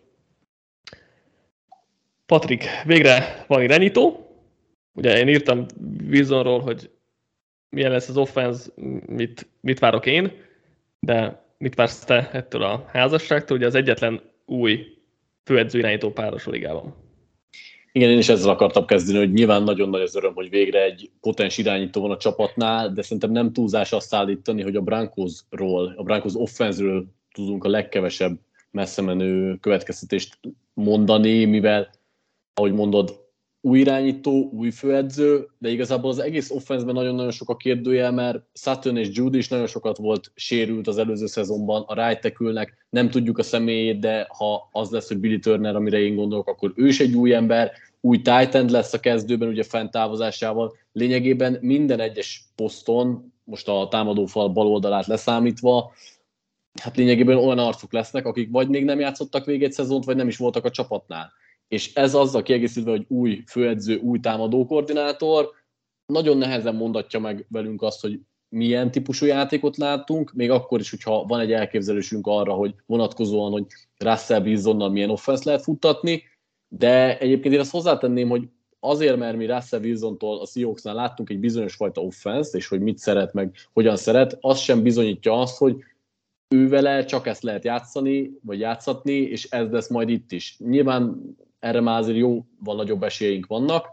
[SPEAKER 1] Patrik, végre van irányító. Ugye én írtam Wilsonról, hogy milyen lesz az offense, mit, mit várok én, de mit vársz te ettől a házasságtól? Ugye az egyetlen új főedző irányító páros a ligában.
[SPEAKER 2] Igen, én is ezzel akartam kezdeni, hogy nyilván nagyon nagy az öröm, hogy végre egy potens irányító van a csapatnál, de szerintem nem túlzás azt állítani, hogy a Broncosról, a Broncos offense-ről tudunk a legkevesebb messze menő következtetést mondani, mivel, ahogy mondod, új irányító, új főedző, de igazából az egész offenszben nagyon-nagyon sok a kérdőjel, mert Sutton és Judy is nagyon sokat volt sérült az előző szezonban, a right tackle-nek nem tudjuk a személyét, de ha az lesz, hogy Billy Turner, amire én gondolok, akkor ő is egy új ember, új tight end lesz a kezdőben, ugye fent távozásával. Lényegében minden egyes poszton, most a támadófal bal oldalát leszámítva, hát lényegében olyan arcok lesznek, akik vagy még nem játszottak végig egy szezont, vagy nem is voltak a csapatnál. És ez azzal kiegészítve, hogy új főedző, új támadókoordinátor, nagyon nehezen mondatja meg velünk azt, hogy milyen típusú játékot látunk, még akkor is, hogyha van egy elképzelésünk arra, hogy vonatkozóan, hogy Russell Wilsonnal milyen offense lehet futtatni, de egyébként én azt hozzátenném, hogy azért, mert mi Russell Wilsontól a Seahawksnál láttunk egy bizonyos fajta offense-t, és hogy mit szeret, meg hogyan szeret, az sem bizonyítja azt, hogy ő vele csak ezt lehet játszani, vagy játszatni, és ez lesz majd itt is. Nyilván erre már azért jóval nagyobb esélyeink vannak,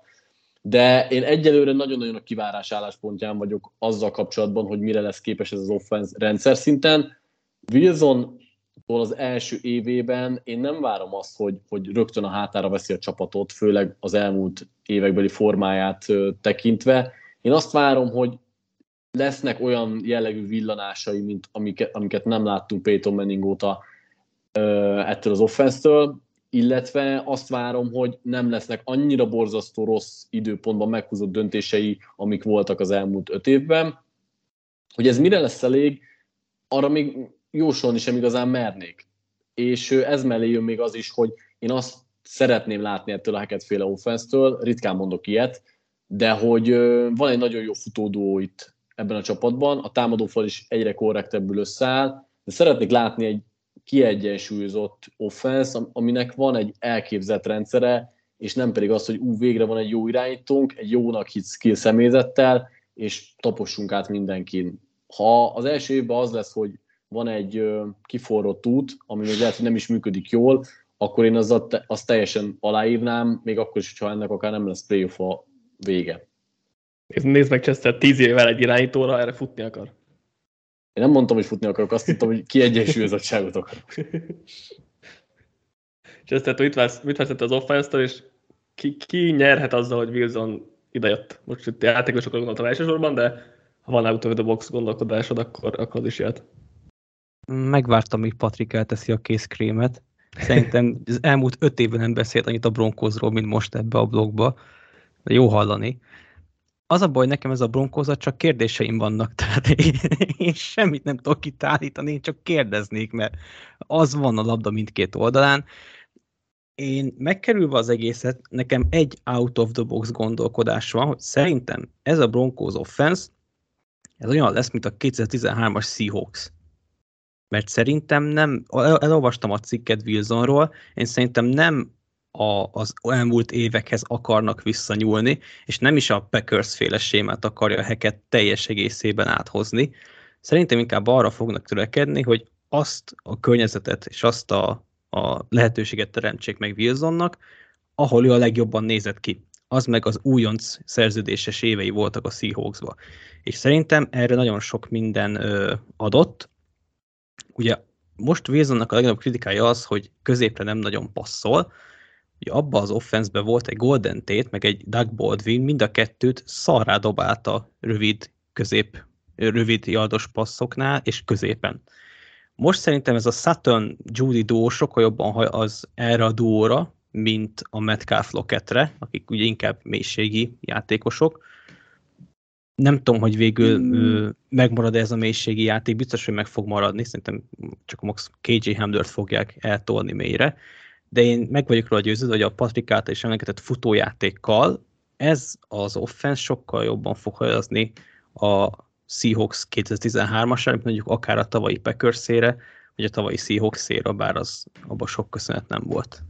[SPEAKER 2] de én egyelőre nagyon-nagyon a kivárás álláspontján vagyok azzal kapcsolatban, hogy mire lesz képes ez az offense rendszer szinten. Wilsontól az első évében én nem várom azt, hogy, hogy rögtön a hátára veszi a csapatot, főleg az elmúlt évekbeli formáját tekintve. Én azt várom, hogy lesznek olyan jellegű villanásai, mint amiket, amiket nem láttunk Peyton Manning óta ettől az offense-től, illetve azt várom, hogy nem lesznek annyira borzasztó rossz időpontban meghúzott döntései, amik voltak az elmúlt öt évben. Hogy ez mire lesz elég, arra még jósolni sem igazán mernék. És ez mellé jön még az is, hogy én azt szeretném látni ettől a Hackett-féle offense-től, ritkán mondok ilyet, de hogy van egy nagyon jó futóduó itt ebben a csapatban, a támadófal is egyre korrektebbül összeáll, de szeretnék látni egy kiegyensúlyozott offense, aminek van egy elképzelt rendszere, és nem pedig az, hogy ú, végre van egy jó irányítónk, egy jónak hit skill személyzettel, és tapossunk át mindenkin. Ha az első évben az lesz, hogy van egy kiforrott út, ami még lehet, hogy nem is működik jól, akkor én azzal te, azt teljesen aláírnám, még akkor is, ha ennek akár nem lesz playoff a vége.
[SPEAKER 1] Nézd meg, Chester, tíz évvel egy irányítóra, erre futni akar.
[SPEAKER 2] Én nem mondtam, hogy futni akarok, azt mondtam, hogy kiegyensúlyozottságot akarok.
[SPEAKER 1] Chester, mit vársz, mit vársz az offense-től, és ki, ki nyerhet azzal, hogy Wilson idejött? Most itt játékosokra gondoltam elsősorban, de ha van out of the box gondolkodásod, akkor, akkor az is jöhet.
[SPEAKER 3] Megvártam, míg Patrik elteszi a készkrémet. Szerintem az elmúlt öt évben nem beszélt annyit a Broncosról, mint most ebbe a blogba. De jó hallani. Az a baj, nekem ez a Broncosat csak kérdéseim vannak, tehát én, én semmit nem tudok itt állítani, én csak kérdeznék, mert az van a labda mindkét oldalán. Én megkerülve az egészet, nekem egy out of the box gondolkodás van, hogy szerintem ez a Broncos offense, ez olyan lesz, mint a kétezer-tizenhármas Seahawks. Mert szerintem nem, elolvastam a cikket Wilsonról, én szerintem nem a, az elmúlt évekhez akarnak visszanyúlni, és nem is a Packers-féle sémát akarja Hackett teljes egészében áthozni. Szerintem inkább arra fognak törekedni, hogy azt a környezetet és azt a, a lehetőséget teremtsék meg Wilsonnak, ahol ő a legjobban nézett ki. Az meg az újonc szerződéses évei voltak a Seahawksba. És szerintem erre nagyon sok minden ö, adott. Ugye most Wilsonnak a legnagyobb kritikája az, hogy középre nem nagyon passzol. Ugye abba az offenszbe volt egy Golden Tate, meg egy Doug Baldwin, mind a kettőt szarrá dobálta rövid, közép, rövid yardos passzoknál és középen. Most szerintem ez a Sutton-Judy duó sokkal jobban az erre a duóra, mint a Metcalf-Lockettre, akik ugye inkább mélységi játékosok. Nem tudom, hogy végül mm. megmarad ez a mélységi játék, biztos, hogy meg fog maradni, szerintem csak a max ká jé Hamlert fogják eltolni mélyre, de én meg vagyok róla győződve, hogy a Patrik által is emlegetett futójátékkal ez az offense sokkal jobban fog hajazni a Seahawks kétezer-tizenhármasra, mint mondjuk akár a tavalyi Packers-ére, vagy a tavalyi Seahawks-éra, bár az abban sok köszönet nem volt.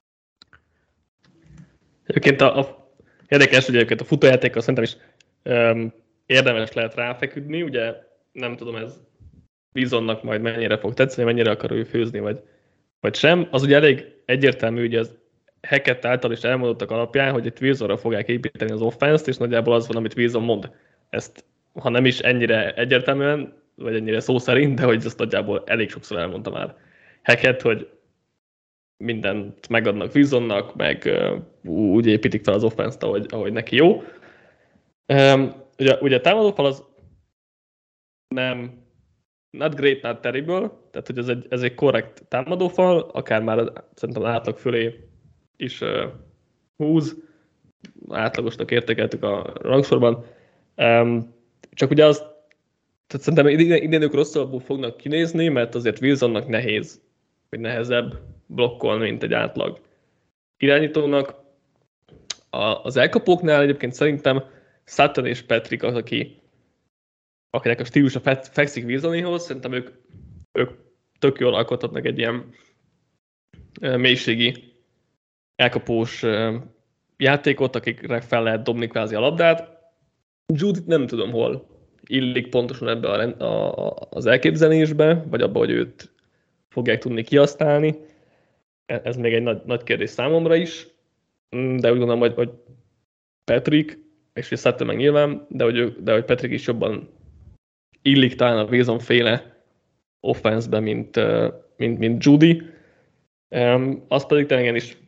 [SPEAKER 1] Egyébként a, a érdekes, hogy egyébként a futójátékkal szerintem is um, érdemes lehet ráfeküdni, ugye nem tudom, ez Wilsonnak majd mennyire fog tetszeni, mennyire akar ő főzni, vagy, vagy sem. Az ugye elég egyértelmű, hogy az Hackett által is elmondottak alapján, hogy itt Wilsonra fogják építeni az offense-t, és nagyjából az van, amit Wilson mond. Ezt, ha nem is ennyire egyértelműen, vagy ennyire szó szerint, de hogy ezt nagyjából elég sokszor elmondta már Hackett, hogy mindent megadnak Wilsonnak, meg uh, úgy építik fel az offense-t, ahogy, ahogy neki jó. Um, ugye, ugye a támadófal az nem not great, not terrible, tehát hogy ez egy, ez egy korrekt támadófal, akár már szerintem átlag fölé is uh, húz, átlagosnak értékeltük a rangsorban. Um, csak ugye az, tehát szerintem idén, idén ők rosszabbul fognak kinézni, mert azért Wilsonnak nehéz, vagy nehezebb blokkolni, mint egy átlag irányítónak. A, az elkapóknál egyébként szerintem Sutton és Patrick az, aki, akinek a stílusa fekszik Wilsonihoz, szerintem ők, ők tök jól alkothatnak egy ilyen mélységi elkapós játékot, akikre fel lehet dobni kvázi a labdát. Judit nem tudom, hol illik pontosan ebbe a, a, az elképzelésbe, vagy abba, hogy őt fogják tudni kihasználni. Ez még egy nagy, nagy kérdés számomra is, de úgy gondolom, hogy, hogy Patrick, és hogy Sutton meg nyilván, de hogy, ő, de hogy Patrick is jobban illik talán a Wilson féle offense-be, mint, mint, mint Judy. Um, az pedig tényleg is,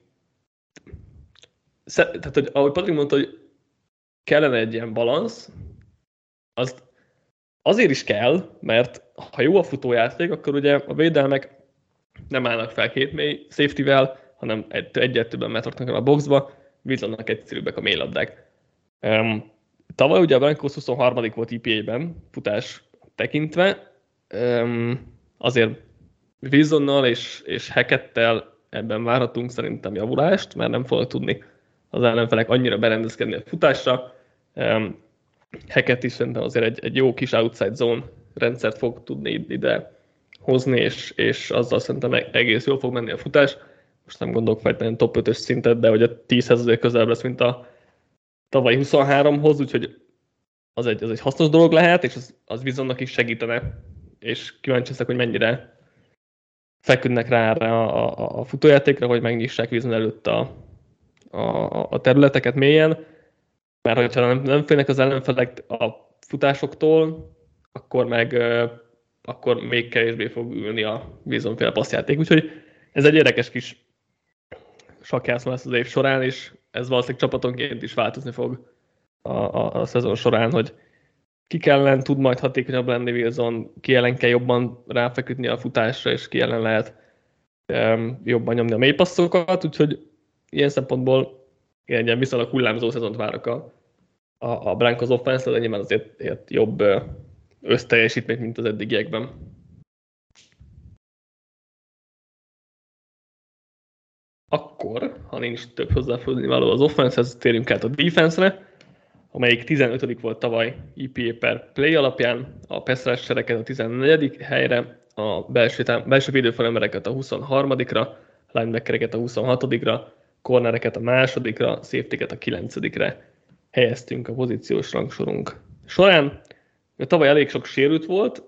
[SPEAKER 1] tehát hogy, ahogy Patrick mondta, hogy kellene egy ilyen balansz, az azért is kell, mert ha jó a futójáték, akkor ugye a védelmek nem állnak fel két mély safety-vel, hanem egy, egyet többen metraknak a boxba, Wilsonnak egyszerűbbek a mélylabdák. Um, tavaly ugye a Broncos huszonharmadik volt i pé á-ben futás tekintve, um, azért Wilsonnal és, és Hacketttel ebben várhatunk szerintem javulást, mert nem fognak tudni az ellenfelek annyira berendezkedni a futásra. Um, Hackett is szerintem azért egy, egy jó kis outside zone rendszert fog tudni ide hozni, és, és azzal szerintem egész jól fog menni a futás. Most nem gondolok feltétlenül top ötös szintet, de hogy a tízhez azért közelebb lesz, mint a tavalyi huszonháromhoz, úgyhogy az egy, az egy hasznos dolog lehet, és az, az Wilsonnak is segítene, és kíváncsi leszek, hogy mennyire feküdnek rá erre a, a, a futójátékra, hogy megnyissák Wilson előtt a, a, a területeket mélyen, mert hogyha nem, nem félnek az ellenfelek a futásoktól, akkor meg akkor még kevésbé fog ülni a Wilson-féle passzjáték. Úgyhogy ez egy érdekes kis sakkjátszma lesz az év során, és ez valószínűleg csapatonként is változni fog a, a, a szezon során, hogy ki ellen tud majd hatékonyabb lenni Wilson, ki ellen kell jobban ráfeküdni a futásra, és ki ellen lehet um, jobban nyomni a mélypasszokat, úgyhogy ilyen szempontból egy ilyen viszonylag hullámzó szezont várok a, a, a Broncos offense-re, de nyilván azért jobb összteljesítményt, mint az eddigiekben. Akkor, ha nincs több hozzáfűzni való az offense-hez, térjünk át a defense-re, amelyik tizenötödik volt tavaly i pé á per play alapján, a pass rushereket a tizennegyedik helyre, a belső, belső védőfalembereket a huszonharmadikra, linebackereket a huszonhatodikra, cornereket a másodikra, safetyket a kilencedikre helyeztünk a pozíciós rangsorunk során. Tavaly elég sok sérült volt,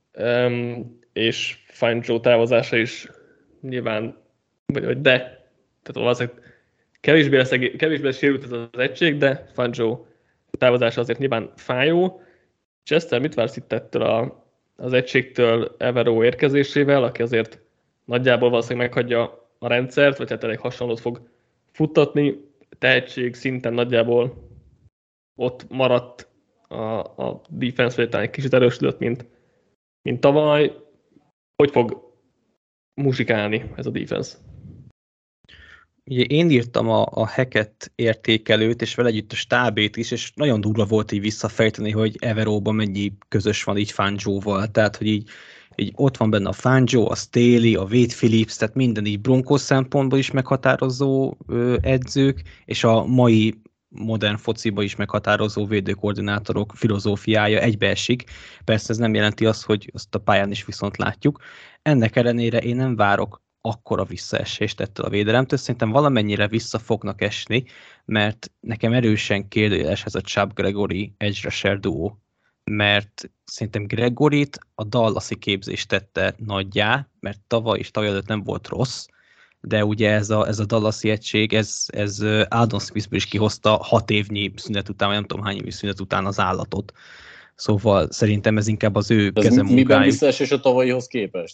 [SPEAKER 1] és Fine Joe távozása is nyilván, vagy de, tehát valószínűleg kevésbé, lesz, kevésbé sérült ez az egység, de Fine Joe távozása azért nyilván fájó. Chester, mit vársz itt ettől a, az egységtől Evero érkezésével, aki azért nagyjából valószínűleg meghagyja a rendszert, vagy hát elég hasonlót fog futtatni, tehetség szinten nagyjából ott maradt a, a defense, vagy talán egy kicsit erősödött, mint, mint tavaly. Hogy fog muzsikálni ez a defense?
[SPEAKER 3] Ugye én írtam a, a Hackett értékelőt, és vele együtt a stábét is, és nagyon durva volt így visszafejteni, hogy Everóban mennyi közös van így Fangio-val, tehát hogy így, így ott van benne a Fangio, a Staley, a Wade Phillips, tehát minden így Broncos szempontból is meghatározó ö, edzők, és a mai modern fociba is meghatározó védőkoordinátorok filozófiája egybeesik. Persze ez nem jelenti azt, hogy azt a pályán is viszont látjuk. Ennek ellenére én nem várok akkora visszaesést ettől a védelemtől, szerintem valamennyire vissza fognak esni, mert nekem erősen kérdőjeles ez a Chubb Gregory edge rusher duó, mert szerintem Gregoryt a Dallasi képzést tette nagyjá, mert tavaly és tavaly előtt nem volt rossz, de ugye ez a, ez a Dallasi egység, ez, ez Aldon Smithből is kihozta hat évnyi szünet után, vagy nem tudom hány évnyi szünet után az állatot. Szóval szerintem ez inkább az ő kezemunkájuk.
[SPEAKER 2] Miben visszaesés a tavalyihoz képest?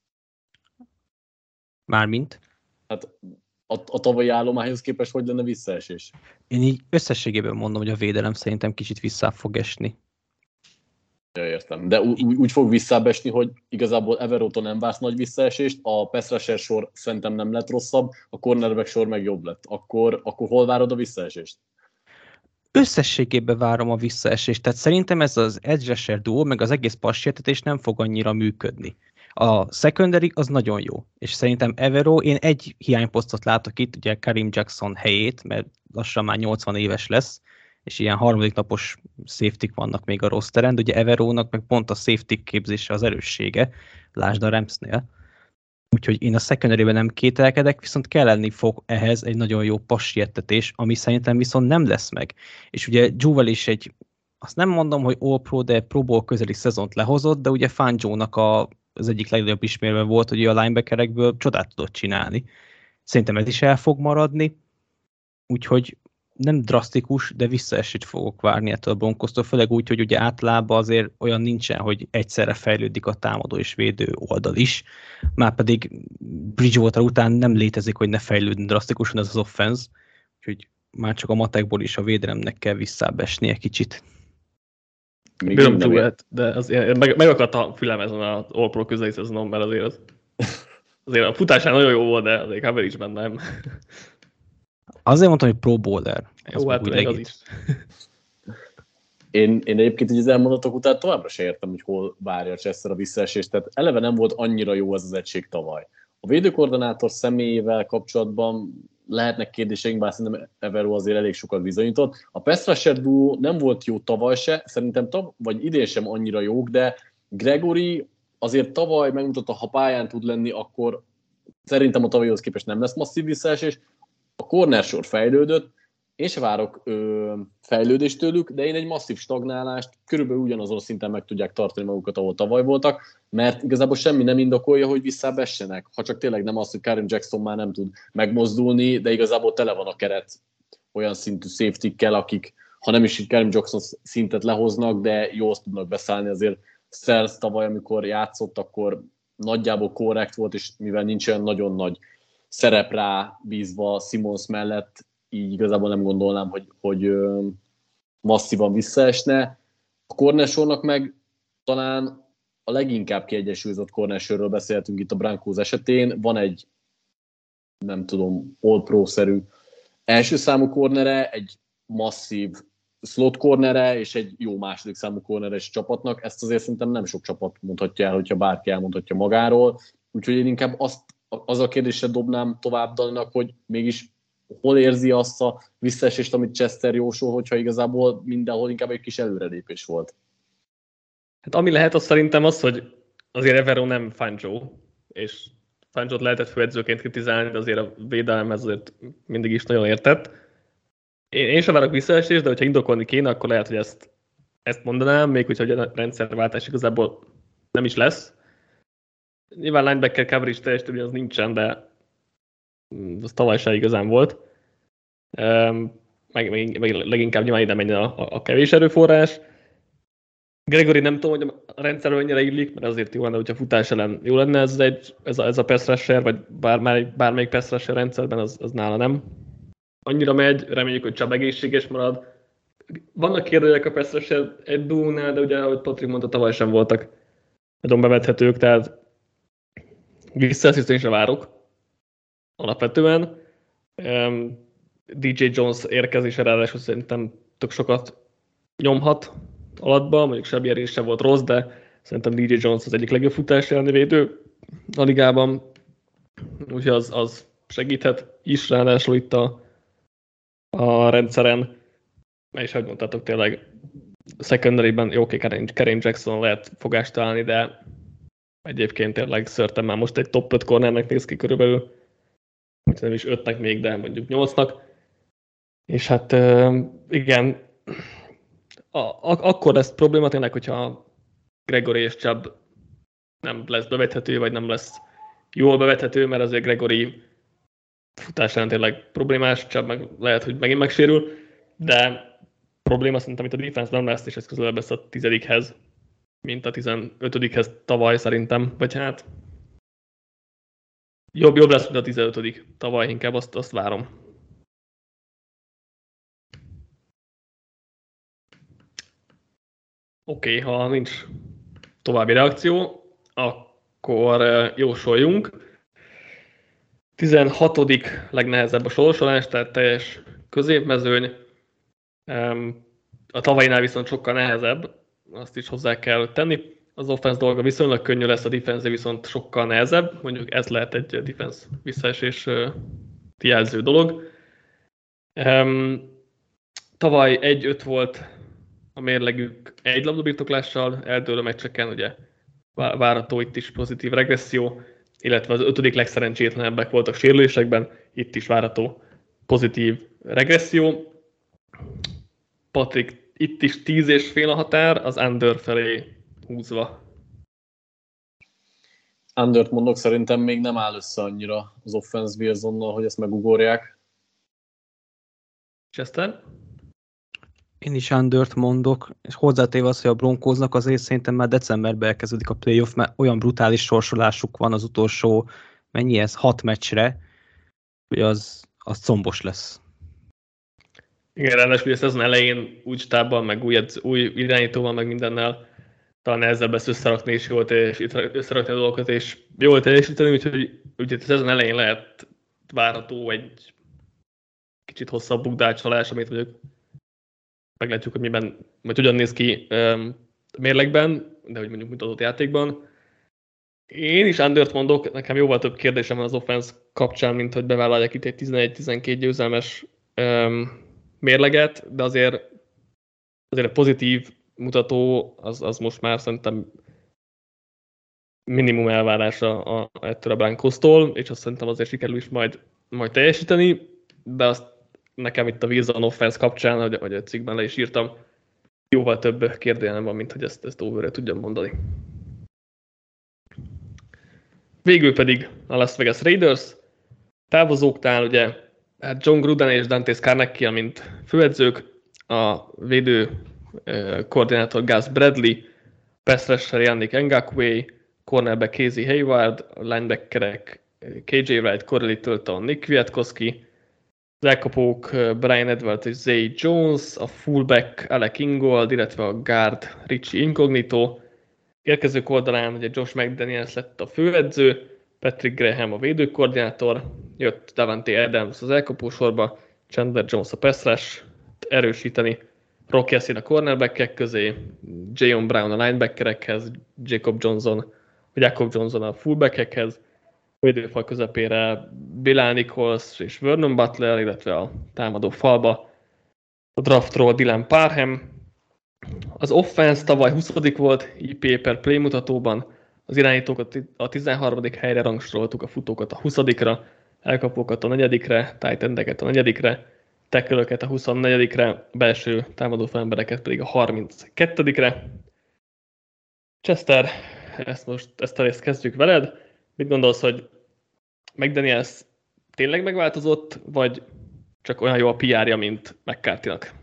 [SPEAKER 3] Mármint?
[SPEAKER 2] Hát a, a tavalyi állományhoz képest hogy lenne visszaesés?
[SPEAKER 3] Én így összességében mondom, hogy a védelem szerintem kicsit vissza fog esni.
[SPEAKER 2] Ja, értem. De úgy, úgy fog visszábesni, hogy igazából Everótól nem vársz nagy visszaesést, a pass rusher sor szerintem nem lett rosszabb, a cornerback sor meg jobb lett. Akkor, akkor hol várod a visszaesést?
[SPEAKER 3] Összességében várom a visszaesést, tehát szerintem ez az edge rusher duó, meg az egész passértetés nem fog annyira működni. A secondary az nagyon jó, és szerintem Evero, én egy hiányposztot látok itt, ugye Karim Jackson helyét, mert lassan már nyolcvan éves lesz, és ilyen harmadik napos safety-k vannak még a rosteren, de ugye Everónak meg pont a safety képzése az erőssége, lásd a Ramsnél. Úgyhogy én a secondary-ben nem kételkedek, viszont kell lenni fog ehhez egy nagyon jó passiertetés, ami szerintem viszont nem lesz meg. És ugye Jewel is egy, azt nem mondom, hogy All-Pro, de Pro Bowl közeli szezont lehozott, de ugye Fangio-nak a, az egyik legnagyobb ismérve volt, hogy a linebackerekből csodát tudott csinálni. Szerintem ez is el fog maradni, úgyhogy nem drasztikus, de visszaesést fogok várni ettől a Broncostól, főleg úgy, hogy ugye általában azért olyan nincsen, hogy egyszerre fejlődik a támadó és védő oldal is, márpedig Bridgewater után nem létezik, hogy ne fejlődni drasztikusan ez az offense, úgyhogy már csak a matekból is a védelemnek kell visszábbesnie kicsit.
[SPEAKER 1] Bírom Jewelt, de azért meg, megakadt a fülem ezen az All-Pro közeli szezonon, mert azért az azért a futásán nagyon jó volt, de azért coverage-ben nem.
[SPEAKER 3] Azért mondtam, hogy pro bowler.
[SPEAKER 1] Jó, hát még az is.
[SPEAKER 2] Én, én egyébként így az elmondatok után továbbra se értem, hogy hol várja a Chester a visszaesést, tehát eleve nem volt annyira jó az az egység tavaly. A védőkoordinátor személyével kapcsolatban lehetnek kérdéseink, bár szerintem Evero azért elég sokat bizonyított. A pass rusher duo nem volt jó tavaly se, szerintem tav- vagy idén sem annyira jók, de Gregory azért tavaly megmutatta, ha pályán tud lenni, akkor szerintem a tavalyhoz képest nem lesz masszív visszaesés. A corner sor fejlődött, én se várok ö, fejlődést tőlük, de én egy masszív stagnálást, körülbelül ugyanazon a szinten meg tudják tartani magukat, ahol tavaly voltak, mert igazából semmi nem indokolja, hogy visszabessenek. Ha csak tényleg nem az, hogy Kareem Jackson már nem tud megmozdulni, de igazából tele van a keret olyan szintű safety-kkel, akik, ha nem is így Kareem Jackson szintet lehoznak, de jól tudnak beszállni. Azért Sterls tavaly, amikor játszott, akkor nagyjából korrekt volt, és mivel nincs olyan nagyon nagy szerep rá bízva Simmons mellett, így igazából nem gondolnám, hogy, hogy ö, masszívan visszaesne. A cornersornak meg talán a leginkább kiegyensúlyozott cornersorról beszéltünk itt a Broncos esetén. Van egy, nem tudom, all-pro-szerű első számú cornere, egy masszív slot cornere, és egy jó második számú corneres csapatnak. Ezt azért szerintem nem sok csapat mondhatja el, hogyha bárki elmondhatja magáról. Úgyhogy én inkább azt, az a kérdésre dobnám tovább Daninak, hogy mégis hol érzi azt a visszaesést, amit Chester jósol, hogyha igazából mindenhol inkább egy kis előrelépés volt.
[SPEAKER 1] Hát ami lehet, az szerintem az, hogy azért Evero nem Fangio, és Fangiót lehetett főedzőként kritizálni, de azért a védelemhez azért mindig is nagyon értett. Én, én sem várok visszaesést, de hogyha indokolni kéne, akkor lehet, hogy ezt, ezt mondanám, még hogyha a rendszerváltás igazából nem is lesz. Nyilván linebacker coverage teljesítő az nincsen, de az tavaly se igazán volt. Meg, meg, meg leginkább nyilván ide menjen a, a kevés erőforrás. Gregory nem tudom, hogy a rendszerről mennyire illik, mert azért jó lenne, hogyha futás ellen jó lenne ez, egy, ez, a, ez a pass rusher, vagy bármelyik, bármelyik pass rusher rendszerben, az, az nála nem. Annyira megy, reméljük, hogy csak egészséges marad. Vannak kérdőjelek a pass rusher egy duónál, de ugye, ahogy Patrik mondta, tavaly sem voltak nagyon bevethetők, tehát visszaesítésre várok alapvetően. Um, dé jé Jones érkezése ráadásul szerintem tök sokat nyomhat alatba, mondjuk Sebier sem volt rossz, de szerintem dé jé Jones az egyik legjobb futás elleni védő a ligában, úgyhogy az, az segíthet is ráadásul itt a, a rendszeren, és ahogy mondtátok, tényleg secondary-ben jó, oké, Kareem Jackson lehet fogást találni, de egyébként tényleg Szörten már most egy top öt cornernek néz ki körülbelül, úgyhogy nem is ötnek még, de mondjuk nyolcnak. És hát igen, a, a, akkor lesz probléma tényleg, hogyha Gregory és Chubb nem lesz bevethető, vagy nem lesz jól bevethető, mert azért Gregory futásán tényleg problémás, Chubb meg lehet, hogy megint megsérül, de probléma szerintem itt a defense nem lesz, és ez közelebb lesz a tizedikhez, mint a tizenötödikhez tavaly szerintem, vagy hát jobb, jobb lesz, mint a tizenötödik tavaly, inkább azt, azt várom. Oké, okay, ha nincs további reakció, akkor jósoljunk. tizenhatodik legnehezebb a sorsolás, tehát teljes középmezőny. A tavainál viszont sokkal nehezebb, azt is hozzá kell tenni. Az offense dolga viszonylag könnyű lesz, a defense viszont sokkal nehezebb. Mondjuk ez lehet egy defense visszaesés jelző dolog. Tavaly egy öt volt a mérlegük egy labdabirtoklással, eldőlő meccseken, ugye várható itt is pozitív regresszió, illetve az ötödik legszerencsétlenebbek voltak sérülésekben, itt is várható pozitív regresszió. Patrik, itt is tíz és fél a határ, az under felé húzva.
[SPEAKER 2] Undert mondok, szerintem még nem áll össze annyira az offense Wilsonnal, hogy ezt megugorják.
[SPEAKER 1] Chester?
[SPEAKER 3] Én is undert mondok, és hozzátéve az, hogy a Broncosnak azért szerintem már decemberben elkezdődik a playoff, mert olyan brutális sorsolásuk van az utolsó, mennyi ez, hat meccsre, hogy az, az combos lesz.
[SPEAKER 1] Igen, ráadásul a szezon elején úgy stábbal, meg új, új irányítóval, meg mindennel talán nehezebb ezt összerakni, és jól teljesíteni, összerakni a dolgokat, és jól teljesíteni, úgyhogy, úgyhogy a szezon elején lehet várható egy kicsit hosszabb bukdácsolás, amit mondjuk meglátjuk, hogy miben, majd hogyan néz ki um, mérlegben, de hogy mondjuk mutatott játékban. Én is undert mondok, nekem jóval több kérdésem van az offense kapcsán, mint hogy bevállalják itt egy tizenegy-tizenkét győzelmes um, mérleget, de azért, azért a pozitív mutató az, az most már szerintem minimum elvárása a, ettől a Broncostól, és azt szerintem azért sikerül is majd, majd teljesíteni, de azt nekem itt a Wilson offense kapcsán, hogy, hogy a cikkben le is írtam, jóval több kérdőjelem van, mint hogy ezt, ezt overre tudjam mondani. Végül pedig a Las Vegas Raiders távozóknál, ugye hát John Gruden és Dante Scarnecchia, mint főedzők, a védő eh, koordinátor Gus Bradley, pass rusher Yannick Ngakoue, cornerback Casey Hayward, a linebackerek ká jé Wright, Corey Tölton, Nick Kwiatkowski, az elkapók Brian Edwards és Zay Jones, a fullback Alec Ingold, illetve a guard Richie Incognito. Érkezők oldalán ugye Josh McDaniels lett a főedző, Patrick Graham a védőkoordinátor, jött Davante Adams az elkapósorba, Chandler Jones a pass rush erősíteni, Rock Ya-Sin a cornerbackek közé, Jayon Brown a linebackerekhez, Jacob Johnson, Jacob Johnson a fullbackekhez, védőfal közepére Bilal Nichols és Vernon Butler, illetve a támadó falba a draftról Dylan Parham. Az offense tavaly huszadik volt i pé per play mutatóban, az irányítókat a tizenharmadik helyre rangsoroltuk, a futókat a huszadikra, elkapókat a negyedikre, tight endeket a negyedikre, tackle-öket a huszonnegyedikre, belső támadó felembereket pedig a harminckettedikre. Chester, ezt most ezt a részt kezdjük veled. Mit gondolsz, hogy McDaniels tényleg megváltozott, vagy csak olyan jó a pé er-ja, mint McCarthy-nak?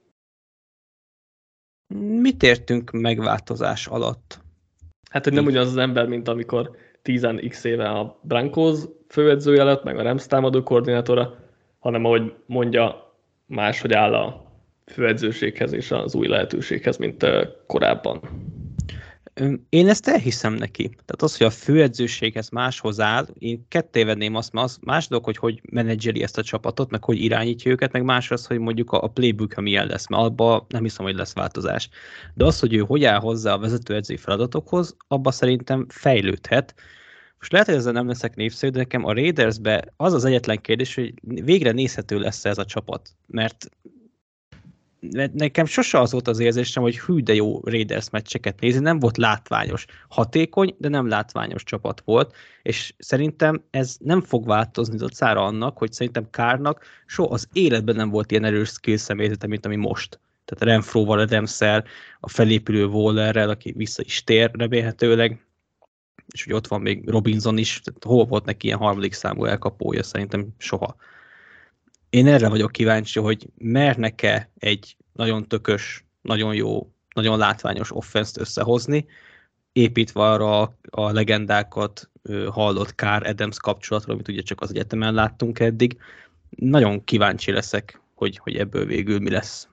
[SPEAKER 3] Mit értünk megváltozás alatt?
[SPEAKER 1] Hát, hogy nem ugyanaz az ember, mint amikor tíz x éve a Broncos főedzője lett, meg a Rams támadó koordinátora, hanem ahogy mondja, máshogy áll a főedzőséghez és az új lehetőséghez, mint korábban.
[SPEAKER 3] Én ezt elhiszem neki. Tehát az, hogy a főedzőséghez máshoz áll, én ketté venném azt, mert az más dolog, hogy hogy menedzseri ezt a csapatot, meg hogy irányítja őket, meg más az, hogy mondjuk a playbook milyen lesz, mert abban nem hiszem, hogy lesz változás. De az, hogy ő hogy áll hozzá a vezetőedzői feladatokhoz, abban szerintem fejlődhet. Most lehet, hogy ezzel nem leszek népszerű, de nekem a Raidersbe az az egyetlen kérdés, hogy végre nézhető lesz ez a csapat, mert nekem sose az volt az érzésem, hogy hű de jó Raiders meccseket nézni, nem volt látványos. Hatékony, de nem látványos csapat volt, és szerintem ez nem fog változni dacára annak, hogy szerintem Carrnak soha az életben nem volt ilyen erős skill személyzete, mint ami most. Tehát Renfro-val, Adams-szel, a felépülő Wallerrel, aki vissza is tér remélhetőleg, és hogy ott van még Robinson is, tehát hol volt neki ilyen harmadik számú elkapója, szerintem soha. Én erre vagyok kíváncsi, hogy mernek-e egy nagyon tökös, nagyon jó, nagyon látványos offenszt összehozni, építve arra a legendákat hallott Carr Adams kapcsolatról, amit ugye csak az egyetemen láttunk eddig. Nagyon kíváncsi leszek, hogy, hogy ebből végül mi lesz.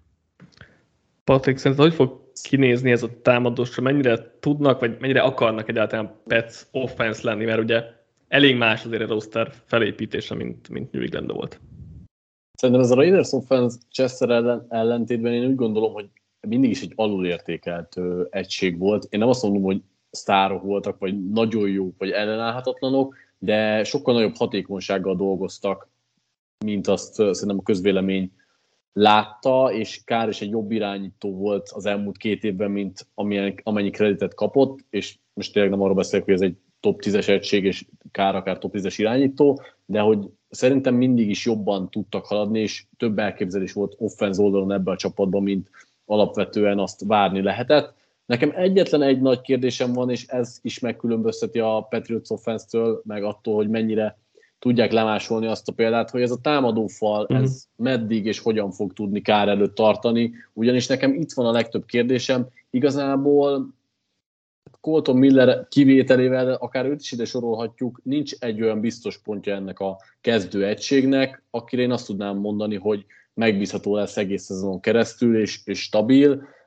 [SPEAKER 1] Patrik, szerinted hogy fog kinézni ez a támadósra? Mennyire tudnak, vagy mennyire akarnak egyáltalán Pets offense lenni, mert ugye elég más azért a roster felépítése, mint, mint New England volt.
[SPEAKER 2] Szerintem ez a Raiders offense Chester ellen, ellentétben én úgy gondolom, hogy mindig is egy alulértékelt ö, egység volt. Én nem azt mondom, hogy sztárok voltak, vagy nagyon jók, vagy ellenállhatatlanok, de sokkal nagyobb hatékonysággal dolgoztak, mint azt ö, szerintem a közvélemény látta, és Carr is egy jobb irányító volt az elmúlt két évben, mint amilyen, amennyi kreditet kapott, és most tényleg nem arról beszélek, hogy ez egy top tízes egység, és Carr akár top tízes irányító, de hogy szerintem mindig is jobban tudtak haladni, és több elképzelés volt offense oldalon ebben a csapatban, mint alapvetően azt várni lehetett. Nekem egyetlen egy nagy kérdésem van, és ez is megkülönbözteti a Patriots offense-től, meg attól, hogy mennyire tudják lemásolni azt a példát, hogy ez a támadófal, mm. ez meddig és hogyan fog tudni Carr előtt tartani, ugyanis nekem itt van a legtöbb kérdésem. Igazából Colton Miller kivételével, akár őt is ide sorolhatjuk, nincs egy olyan biztos pontja ennek a kezdő egységnek, akire én azt tudnám mondani, hogy megbízható lesz egész szezonon keresztül, és, és stabil.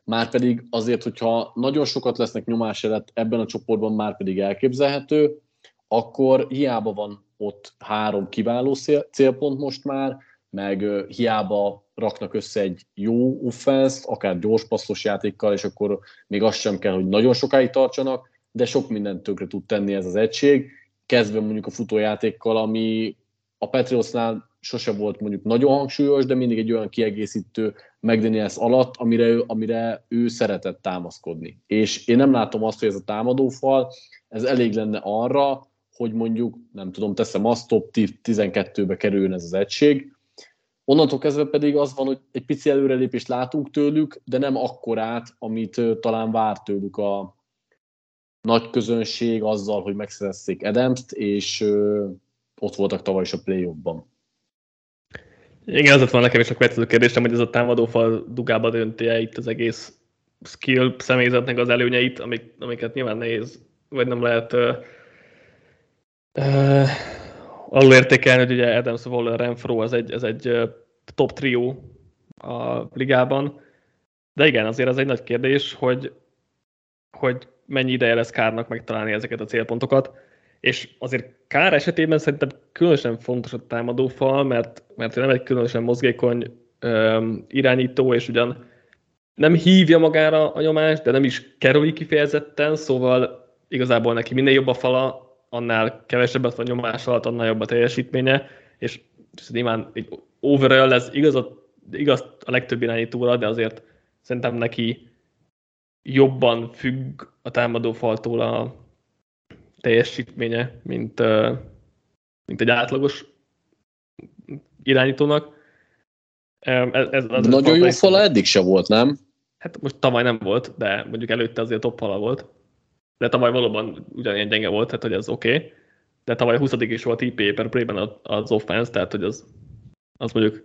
[SPEAKER 2] márpedig azért, hogyha nagyon sokat lesznek nyomás előtt ebben a csoportban, márpedig elképzelhető, akkor hiába van ott három kiváló célpont most már, meg hiába raknak össze egy jó offenszt, akár gyors passzos játékkal, és akkor még az sem kell, hogy nagyon sokáig tartsanak, de sok mindent tökre tud tenni ez az egység, kezdve mondjuk a futójátékkal, ami a Patriotsnál sose volt mondjuk nagyon hangsúlyos, de mindig egy olyan kiegészítő McDaniels alatt, amire ő, amire ő szeretett támaszkodni. És én nem látom azt, hogy ez a támadófal, ez elég lenne arra, hogy mondjuk, nem tudom, teszem azt, top tizenkettőbe kerüljön ez az egység. Onnantól kezdve pedig az van, hogy egy pici előrelépést látunk tőlük, de nem akkorát, amit talán vár tőlük a nagy közönség azzal, hogy megszerezték Adams-t, és ö, ott voltak tavaly is a play-offban.
[SPEAKER 1] Igen, az lett van nekem is a következő kérdésem, hogy ez a támadófal dugába dönti-e itt az egész skill személyzetnek az előnyeit, amik, amiket nyilván nehéz, vagy nem lehet uh, uh, alul értékelni, hogy ugye Adams, Waller, Renfro, ez egy, ez egy uh, top trió a ligában, de igen, azért ez egy nagy kérdés, hogy, hogy mennyi ideje lesz Carrnak megtalálni ezeket a célpontokat, és azért Carr esetében szerintem különösen fontos a támadófal, mert, mert nem egy különösen mozgékony um, irányító, és ugyan nem hívja magára a nyomást, de nem is kerüli kifejezetten, szóval igazából neki minél jobb a fala, annál kevesebbet van nyomás alatt, annál jobb a teljesítménye, és nyilván egy overall ez igaz a, igaz a legtöbb irányítóra, de azért szerintem neki jobban függ a támadófaltól a teljesítménye, mint, mint egy átlagos irányítónak. Ez, ez az
[SPEAKER 2] nagyon jó fala eddig se volt, nem?
[SPEAKER 1] Hát most tavaly nem volt, de mondjuk előtte azért top fala volt. De tavaly valóban ugyanilyen gyenge volt, tehát hogy ez oké. Okay. De tavaly huszadik is volt i pé per play-ben az offense, tehát hogy az, az mondjuk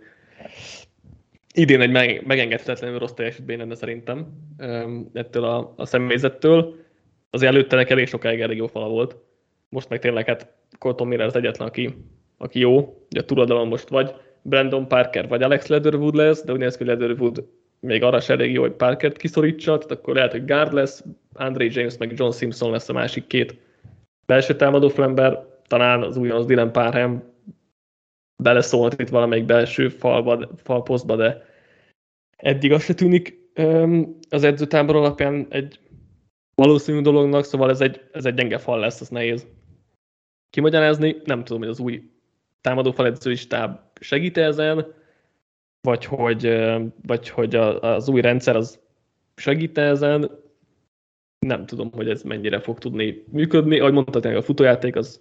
[SPEAKER 1] idén egy megengedhetetlenül rossz teljesítmény lenne szerintem ettől a, a személyzettől. Azért előtte neki elég sokáig elég jó fala volt. Most meg tényleg hát Colton Miller az egyetlen, aki, aki jó. Ugye a túloldalon most vagy Brandon Parker, vagy Alex Leatherwood lesz, de úgy néz ki, hogy Leatherwood még arra se elég jó, hogy Parkert kiszorítsa, tehát akkor lehet, hogy guard lesz, Andre James meg John Simpson lesz a másik két belső támadó flember, talán az újonc Dylan Parham beleszólhat itt valamelyik belső falba, falposztba, de eddig az se tűnik az edzőtábor alapján egy valószínű dolognak, szóval ez egy, ez egy gyenge fal lesz, az nehéz kimagyarázni. Nem tudom, hogy az új támadófal edzői stáb segít ezen, vagy hogy, vagy hogy az új rendszer az segít ezen. Nem tudom, hogy ez mennyire fog tudni működni. Ahogy mondtad, a futójáték az,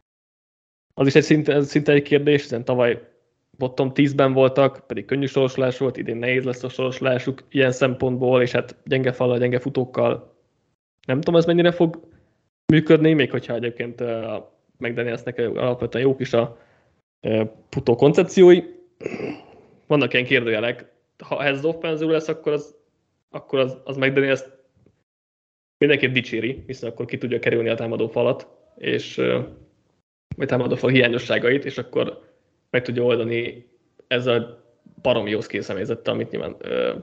[SPEAKER 1] az is egy szinte, szinte egy kérdés, hiszen tavaly bottom tízben voltak, pedig könnyű soroslás volt, idén nehéz lesz a soroslásuk ilyen szempontból, és hát gyenge fallal, gyenge futókkal nem tudom, ez mennyire fog működni, még hogyha egyébként a McDanielsnek alapvetően jók is a futó koncepciói. Vannak ilyen kérdőjelek. Ha ez az offenzív lesz, akkor az, akkor az, az McDaniels mindenképp dicséri, hiszen akkor ki tudja kerülni a támadó falat, és vagy támadó fal hiányosságait, és akkor meg tudja oldani ezzel a baromi jó skill személyzettel, amit nyilván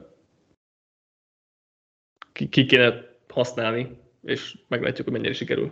[SPEAKER 1] ki, ki kéne használni, és meglátjuk, hogy mennyire sikerül.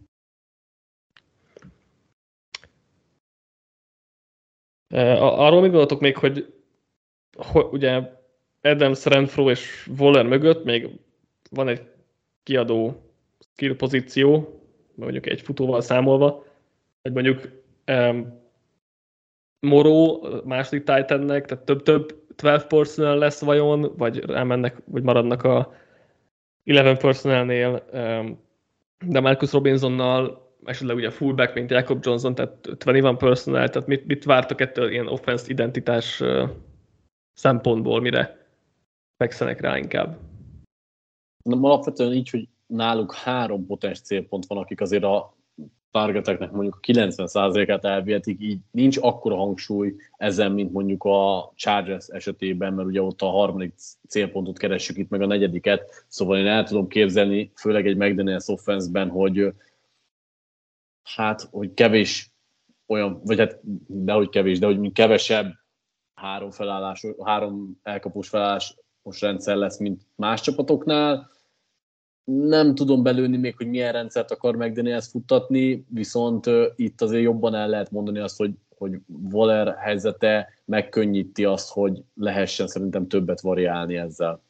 [SPEAKER 1] Arról mit gondoltok még, hogy, hogy ugye Adams, Renfro és Waller mögött még van egy kiadó skill pozíció, mondjuk egy futóval számolva, vagy mondjuk um, Moró második Titannek, tehát több-több tizenkettő personnel lesz vajon, vagy elmennek, vagy maradnak a tizenegy personnelnél, um, de Marcus Robinsonnal, esetleg ugye fullback, mint Jacob Johnson, tehát huszonegy personnel, tehát mit, mit vártok ettől ilyen offense identitás uh, szempontból, mire fekszenek rá inkább?
[SPEAKER 2] Nem, alapvetően így, hogy náluk három potens célpont van, akik azért a targeteknek mondjuk a kilencven százalékát elvihetik, így nincs akkora hangsúly ezen, mint mondjuk a Chargers esetében, mert ugye ott a harmadik célpontot keressük itt, meg a negyediket, szóval én el tudom képzelni, főleg egy McDaniels offense-ben, hogy hát, hogy kevés olyan, vagy hát dehogy kevés, de hogy kevesebb három felállás, három elkapós felállás most rendszer lesz, mint más csapatoknál. Nem tudom belőni még, hogy milyen rendszert akar McDaniels futtatni, viszont uh, itt azért jobban el lehet mondani azt, hogy, hogy Waller helyzete megkönnyíti azt, hogy lehessen szerintem többet variálni ezzel.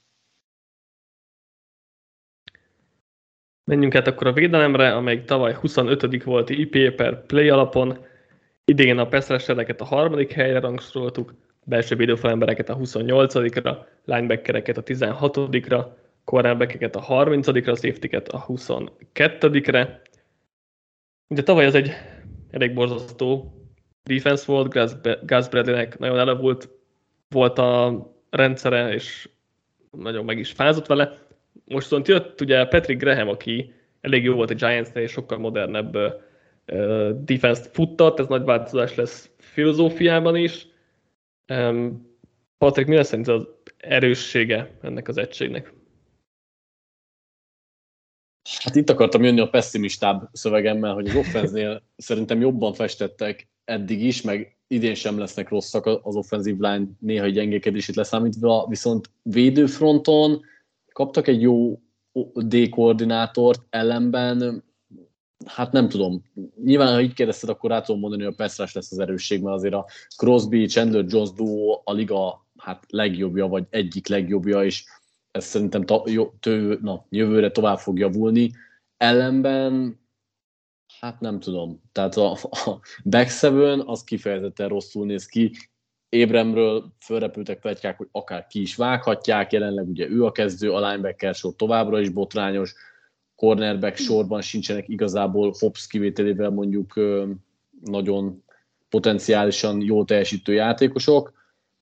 [SPEAKER 1] Menjünk át akkor a védelemre, amely tavaly huszonötödik volt i pé per play alapon. Idén a pass rushereket a harmadik helyre rangsoroltuk, belső védőfalembereket a huszonnyolcadikra, linebackereket a tizenhatodikra, cornerbackeket a harmincadikra, safetyket a huszonkettedikre. Ugye tavaly ez egy elég borzasztó defense volt, Gus Bradleynek nagyon elavult volt a rendszere, és nagyon meg is fázott vele. Most viszont jött ugye Patrick Graham, aki elég jó volt a Giants-nél, és sokkal modernebb uh, defense-t futtat, ez nagy változás lesz filozófiában is. Um, Patrick, mi lesz szerint az erőssége ennek az egységnek?
[SPEAKER 2] Hát itt akartam jönni a pessimistább szövegemmel, hogy az offense-nél szerintem jobban festettek eddig is, meg idén sem lesznek rosszak az offensive line néha egy gyengékedését leszámítva, viszont védőfronton kaptak egy jó D-koordinátort, ellenben, hát nem tudom. Nyilván, ha így kérdezted, akkor rá tudom mondani, hogy a pass rush lesz az erősség, mert azért a Crosby, Chandler Jones duo a liga hát legjobbja, vagy egyik legjobbja, és ez szerintem ta, jó, tő, na, jövőre tovább fog javulni. Ellenben, hát nem tudom. Tehát a, a back seven az kifejezetten rosszul néz ki. Ébremről fölrepültek pletykák, hogy akár ki is vághatják, jelenleg ugye ő a kezdő, a linebacker sor továbbra is botrányos, cornerback sorban sincsenek igazából Hobbs kivételével mondjuk nagyon potenciálisan jól teljesítő játékosok.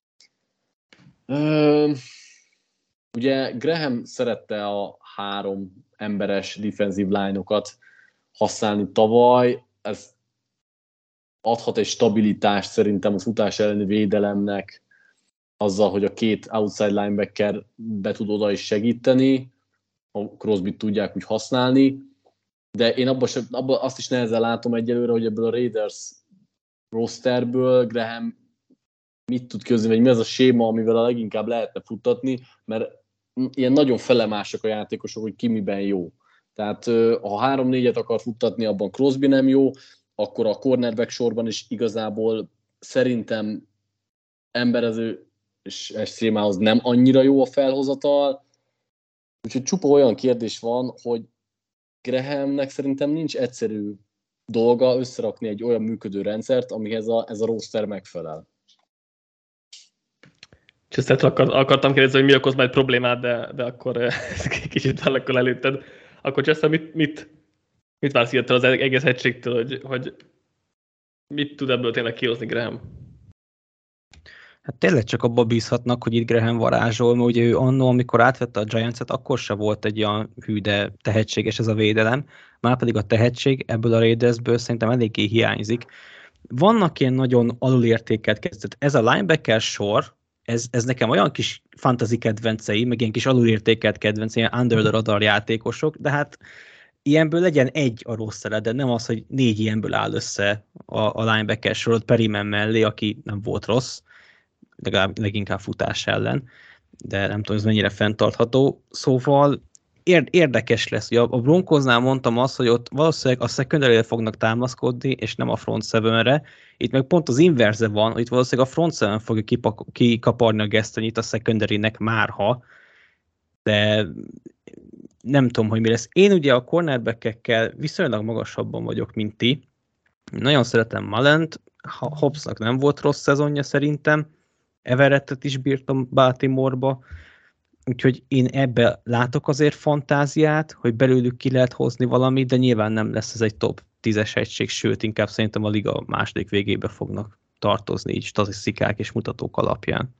[SPEAKER 2] Ugye Graham szerette a három emberes defensive line-okat használni tavaly, ez adhat egy stabilitást szerintem a futás elleni védelemnek, azzal, hogy a két outside linebacker be tud oda is segíteni, a Crosbyt tudják úgy használni, de én abban abba azt is nehezen látom egyelőre, hogy ebből a Raiders rosterből Graham mit tud közölni, vagy mi az a séma, amivel a leginkább lehetne futtatni, mert ilyen nagyon felemásak a játékosok, hogy ki miben jó. Tehát ha három-négyet akar futtatni, abban Crosby nem jó, akkor a cornerback sorban is igazából szerintem emberező és sémához nem annyira jó a felhozatal. Úgyhogy csupa olyan kérdés van, hogy Grahamnek szerintem nincs egyszerű dolga összerakni egy olyan működő rendszert, amihez a, ez a roster megfelel.
[SPEAKER 1] És ezt akartam kérdezni, hogy mi okoz majd problémát, de, de akkor kicsit valakkor előtted. Akkor Chester, mit, mit, mit vársz ettől az egész egységtől, hogy, hogy mit tud ebből tényleg kihozni Graham?
[SPEAKER 3] Hát tényleg csak abba bízhatnak, hogy itt Graham varázsol, mert ugye ő annó, amikor átvette a Giants-et, akkor se volt egy olyan hű, de tehetséges ez a védelem, már pedig a tehetség ebből a Raidersből szerintem eléggé hiányzik. Vannak ilyen nagyon alulértékelt kezdet. Ez a linebacker sor, ez, ez nekem olyan kis fantasy kedvencei, meg ilyen kis alulértékelt kedvencei, ilyen under the radar játékosok, de hát ilyenből legyen egy a rossz szele, de nem az, hogy négy ilyenből áll össze a, a linebacker sorod Perryman mellé, aki nem volt rossz, legalább leginkább futás ellen, de nem tudom, ez mennyire fenntartható. Szóval érdekes lesz. Ugye a Broncosnál mondtam azt, hogy ott valószínűleg a secondary-re fognak támaszkodni, és nem a front seven-re. Itt meg pont az inverze van, hogy itt valószínűleg a front seven fogja kipak- kikaparni a gesztenyit a secondary-nek márha, de nem tudom, hogy mi lesz. Én ugye a cornerback-ekkel viszonylag magasabban vagyok, mint ti. Nagyon szeretem Mullent, Hobbsnak nem volt rossz szezonja szerintem, Everettet is bírtam Baltimore-ba, úgyhogy én ebbe látok azért fantáziát, hogy belőlük ki lehet hozni valamit, de nyilván nem lesz ez egy top tízes egység, sőt, inkább szerintem a liga második végébe fognak tartozni így statisztikák és mutatók alapján.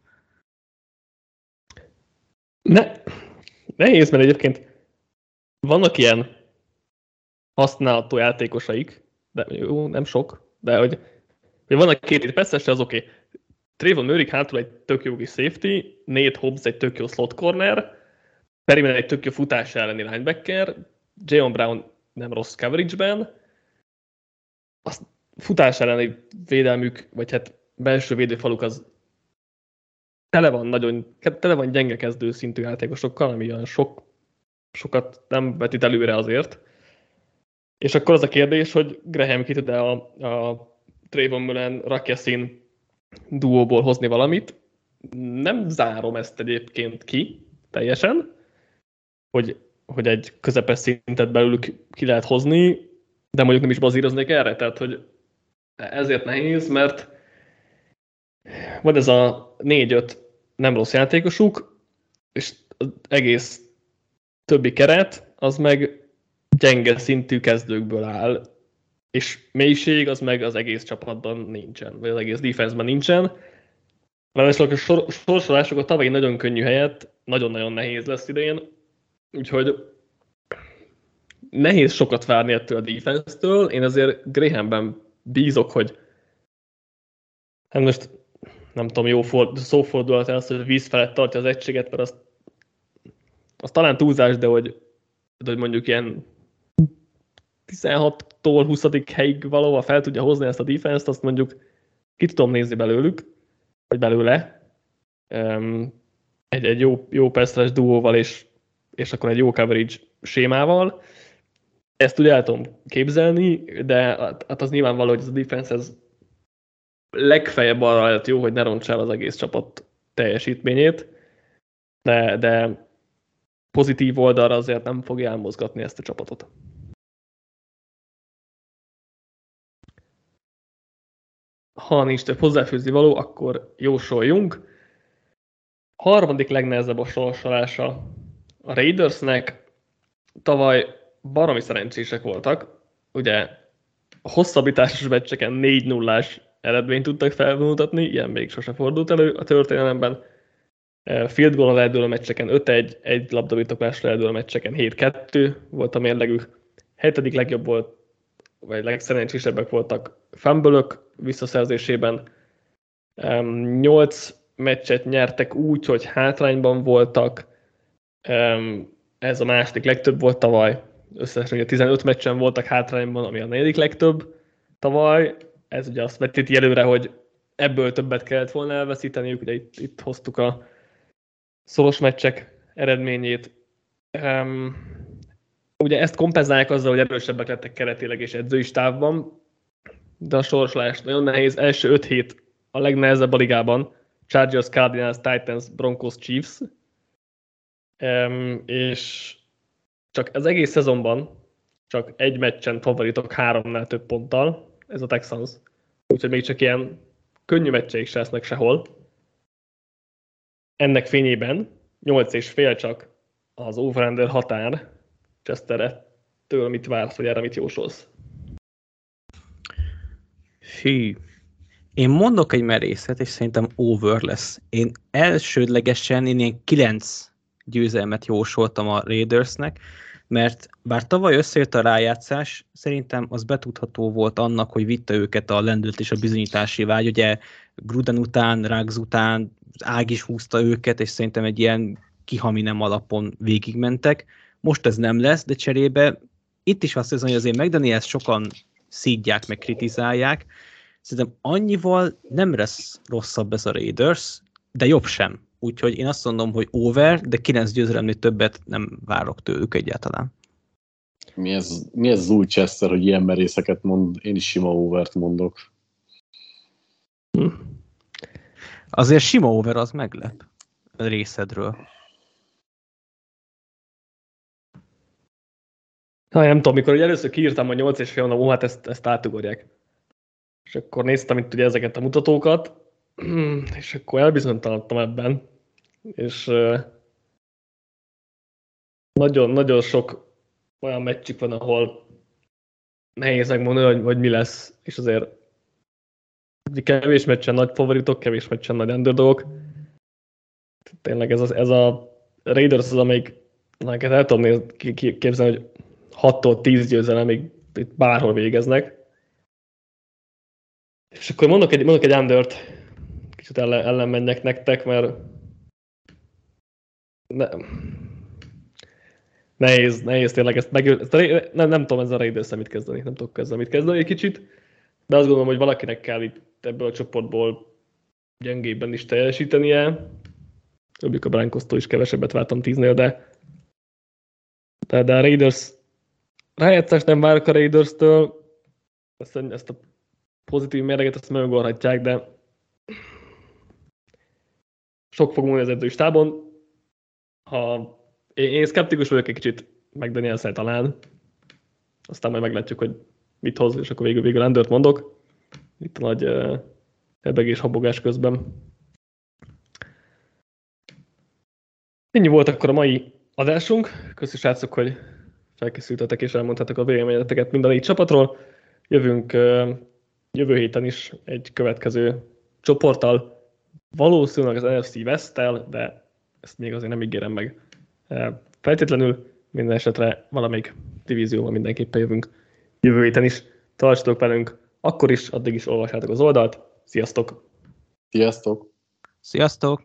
[SPEAKER 1] Ne, nehéz, mert egyébként vannak ilyen használható játékosaik, de jó, nem sok, de hogy, hogy vannak két itt, persze, az oké. Okay. Trayvon Mullen hátul egy tök jó kis safety, Nate Hobbs egy tök jó slot corner, Perryman egy tök jó futás elleni linebacker, Jayon Brown nem rossz coverage-ben, a futás elleni védelmük, vagy hát belső védőfaluk az tele van nagyon, tele van gyenge kezdő szintű játékosokkal, ami olyan sok, sokat nem vetít előre azért. És akkor az a kérdés, hogy Graham ki tud-e a, a Trayvon Mullen, Rakesin duóból hozni valamit. Nem zárom ezt egyébként ki teljesen, hogy, hogy egy közepes szintet belőlük ki lehet hozni, de mondjuk nem is bazíroznék erre, tehát hogy ezért nehéz, mert van ez a négy-öt nem rossz játékosuk, és az egész többi keret, az meg gyenge szintű kezdőkből áll, és mélység az meg az egész csapatban nincsen, vagy az egész defense-ben nincsen. Ráadásul a sor- sorsolások a tavalyi nagyon könnyű helyett nagyon-nagyon nehéz lesz idén, úgyhogy nehéz sokat várni ettől a defense-től. Én azért Grahamben bízok, hogy hát most nem tudom, jó for- szófordulat az, hogy víz felett tartja az egységet, mert az, az talán túlzás, de hogy, de hogy mondjuk ilyen tizenhattól huszadik helyig valahol fel tudja hozni ezt a defense-t, azt mondjuk ki tudom nézni belőlük, vagy belőle. Um, egy, egy jó, jó pass-rush duóval, és, és akkor egy jó coverage sémával. Ezt ugye el tudom képzelni, de hát az nyilvánvaló, hogy ez a defense ez legfeljebb arra lehet jó, hogy ne ronts el az egész csapat teljesítményét, de, de pozitív oldalra azért nem fogja elmozgatni ezt a csapatot. Ha nincs több hozzáfűzni való, akkor jósoljunk. Harmadik legnehezebb a sorsolása a Raidersnek. Tavaly baromi szerencsések voltak. Ugye a hosszabbításos meccseken négy nullás eredményt tudtak felmutatni, ilyen még sose fordult elő a történelemben. Field goal-al eldől a meccseken öt egy, egy labdabirtoklásra eldől a meccseken hét kettő volt a mérlegük. Hetedik legjobb volt, vagy legszerencsésebbek voltak fumble-ök visszaszerzésében. Nyolc meccset nyertek úgy, hogy hátrányban voltak. Ez a második legtöbb volt tavaly. Összesen ugye tizenöt meccsen voltak hátrányban, ami a negyedik legtöbb tavaly. Ez ugye azt vetíti előre, hogy ebből többet kellett volna elveszíteniük. Ugye itt, itt hoztuk a szoros meccsek eredményét. Um, ugye ezt kompenzálják azzal, hogy erősebbek lettek keretileg és edzői stávban, de a sorsolás nagyon nehéz. Első öt hét a legnehezebb a ligában. Chargers, Cardinals, Titans, Broncos, Chiefs. Um, és csak az egész szezonban csak egy meccsen favoritok háromnál több ponttal, ez a Texans. Úgyhogy még csak ilyen könnyű meccseik se lesznek sehol. Ennek fényében nyolc és fél csak az over-under határ. Chester, től mit vársz, vagy erre mit jósolsz?
[SPEAKER 3] Hű. Én mondok egy merészet, és szerintem over lesz. Én elsődlegesen én ilyen kilenc győzelmet jósoltam a Raidersnek, mert bár tavaly összejött a rájátszás, szerintem az betudható volt annak, hogy vitte őket a lendület és a bizonyítási vágy. Ugye Gruden után, Ruggs után Ág is húzta őket, és szerintem egy ilyen kihaminem alapon végigmentek. Most ez nem lesz, de cserébe itt is azt hiszem, hogy azért McDaniels sokan szídják, meg kritizálják. Szerintem annyival nem lesz rosszabb ez a Raiders, de jobb sem. Úgyhogy én azt mondom, hogy over, de kilenc győzelemnél többet nem várok tőlük egyáltalán.
[SPEAKER 2] Mi ez, mi ez az új Chester, hogy ilyen merészeket mond? Én is sima overt mondok.
[SPEAKER 3] Hm. Azért sima over az meglep a részedről.
[SPEAKER 1] Ha, nem tudom, mikor először kiírtam a nyolc és fél, mondom, ó, hát ezt, ezt átugorják. És akkor néztem itt ugye ezeket a mutatókat, és akkor elbizonytalanodtam ebben. És nagyon-nagyon sok olyan meccsük van, ahol nehéz megmondani, hogy, hogy mi lesz, és azért kevés meccsen nagy favoritok, kevés meccsen nagy underdogok. Tényleg ez, az, ez a Raiders az, amelyik neked el tudom nézni, képzelni, hogy hattól tíz győzelemig itt bárhol végeznek. És akkor mondok egy, mondok egy undert, kicsit ellen, ellen menjek nektek, mert ne, nehéz, nehéz tényleg ezt meg... Ezt a, nem, nem tudom ezzel a Raiders-szel mit kezdeni, nem tudok ezzel mit kezdeni egy kicsit, de azt gondolom, hogy valakinek kell itt ebből a csoportból gyengébben is teljesítenie. Öbbük a Broncostól is kevesebbet vártam tíznél, de de, de a Raiders rájátszást nem várok a Raiders-től, ezt, ezt a pozitív mérleget ezt megugorhatják, de sok fog múlni az edzői stábon. Ha én, én szkeptikus vagyok egy kicsit McDaniels-el talán, aztán majd meglátjuk, hogy mit hoz, és akkor végül, végül Endert mondok. Itt a nagy uh, ebegés habogás közben. Ennyi volt akkor a mai adásunk. Köszönjük, srácok, hogy felkészültetek és elmondhatok a véleményeteket mind a négy csapatról. Jövünk uh, jövő héten is egy következő csoporttal, valószínűleg az en ef cé West-tel, de ezt még azért nem ígérem meg uh, feltétlenül. Minden esetre valamelyik divízióval mindenképpen jövünk jövő héten is. Tartsatok velünk akkor is, addig is olvassátok az oldalt. Sziasztok!
[SPEAKER 2] Sziasztok!
[SPEAKER 3] Sziasztok!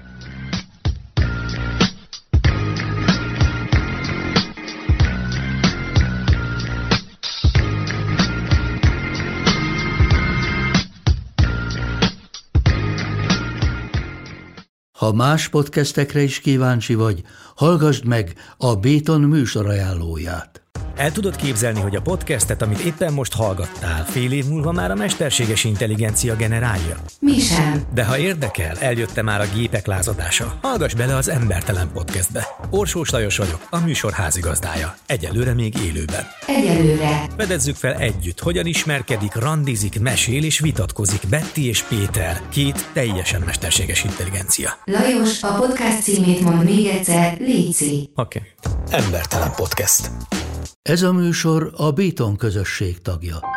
[SPEAKER 4] Ha más podcastekre is kíváncsi vagy, hallgassd meg a Béton műsor ajánlóját.
[SPEAKER 5] El tudod képzelni, hogy a podcastet, amit éppen most hallgattál, fél év múlva már a mesterséges intelligencia generálja?
[SPEAKER 6] Mi sem.
[SPEAKER 5] De ha érdekel, eljött már a gépek lázadása. Hallgass bele az Embertelen podcastbe. Orsós Lajos vagyok, a műsor házigazdája. Egyelőre még élőben.
[SPEAKER 6] Egyelőre.
[SPEAKER 5] Fedezzük fel együtt, hogyan ismerkedik, randizik, mesél és vitatkozik Betty és Péter, két teljesen mesterséges intelligencia.
[SPEAKER 6] Lajos, a podcast címét mond még egyszer, léci.
[SPEAKER 5] Oké. Okay. Embertelen podcast.
[SPEAKER 4] Ez a műsor a Béton közösség tagja.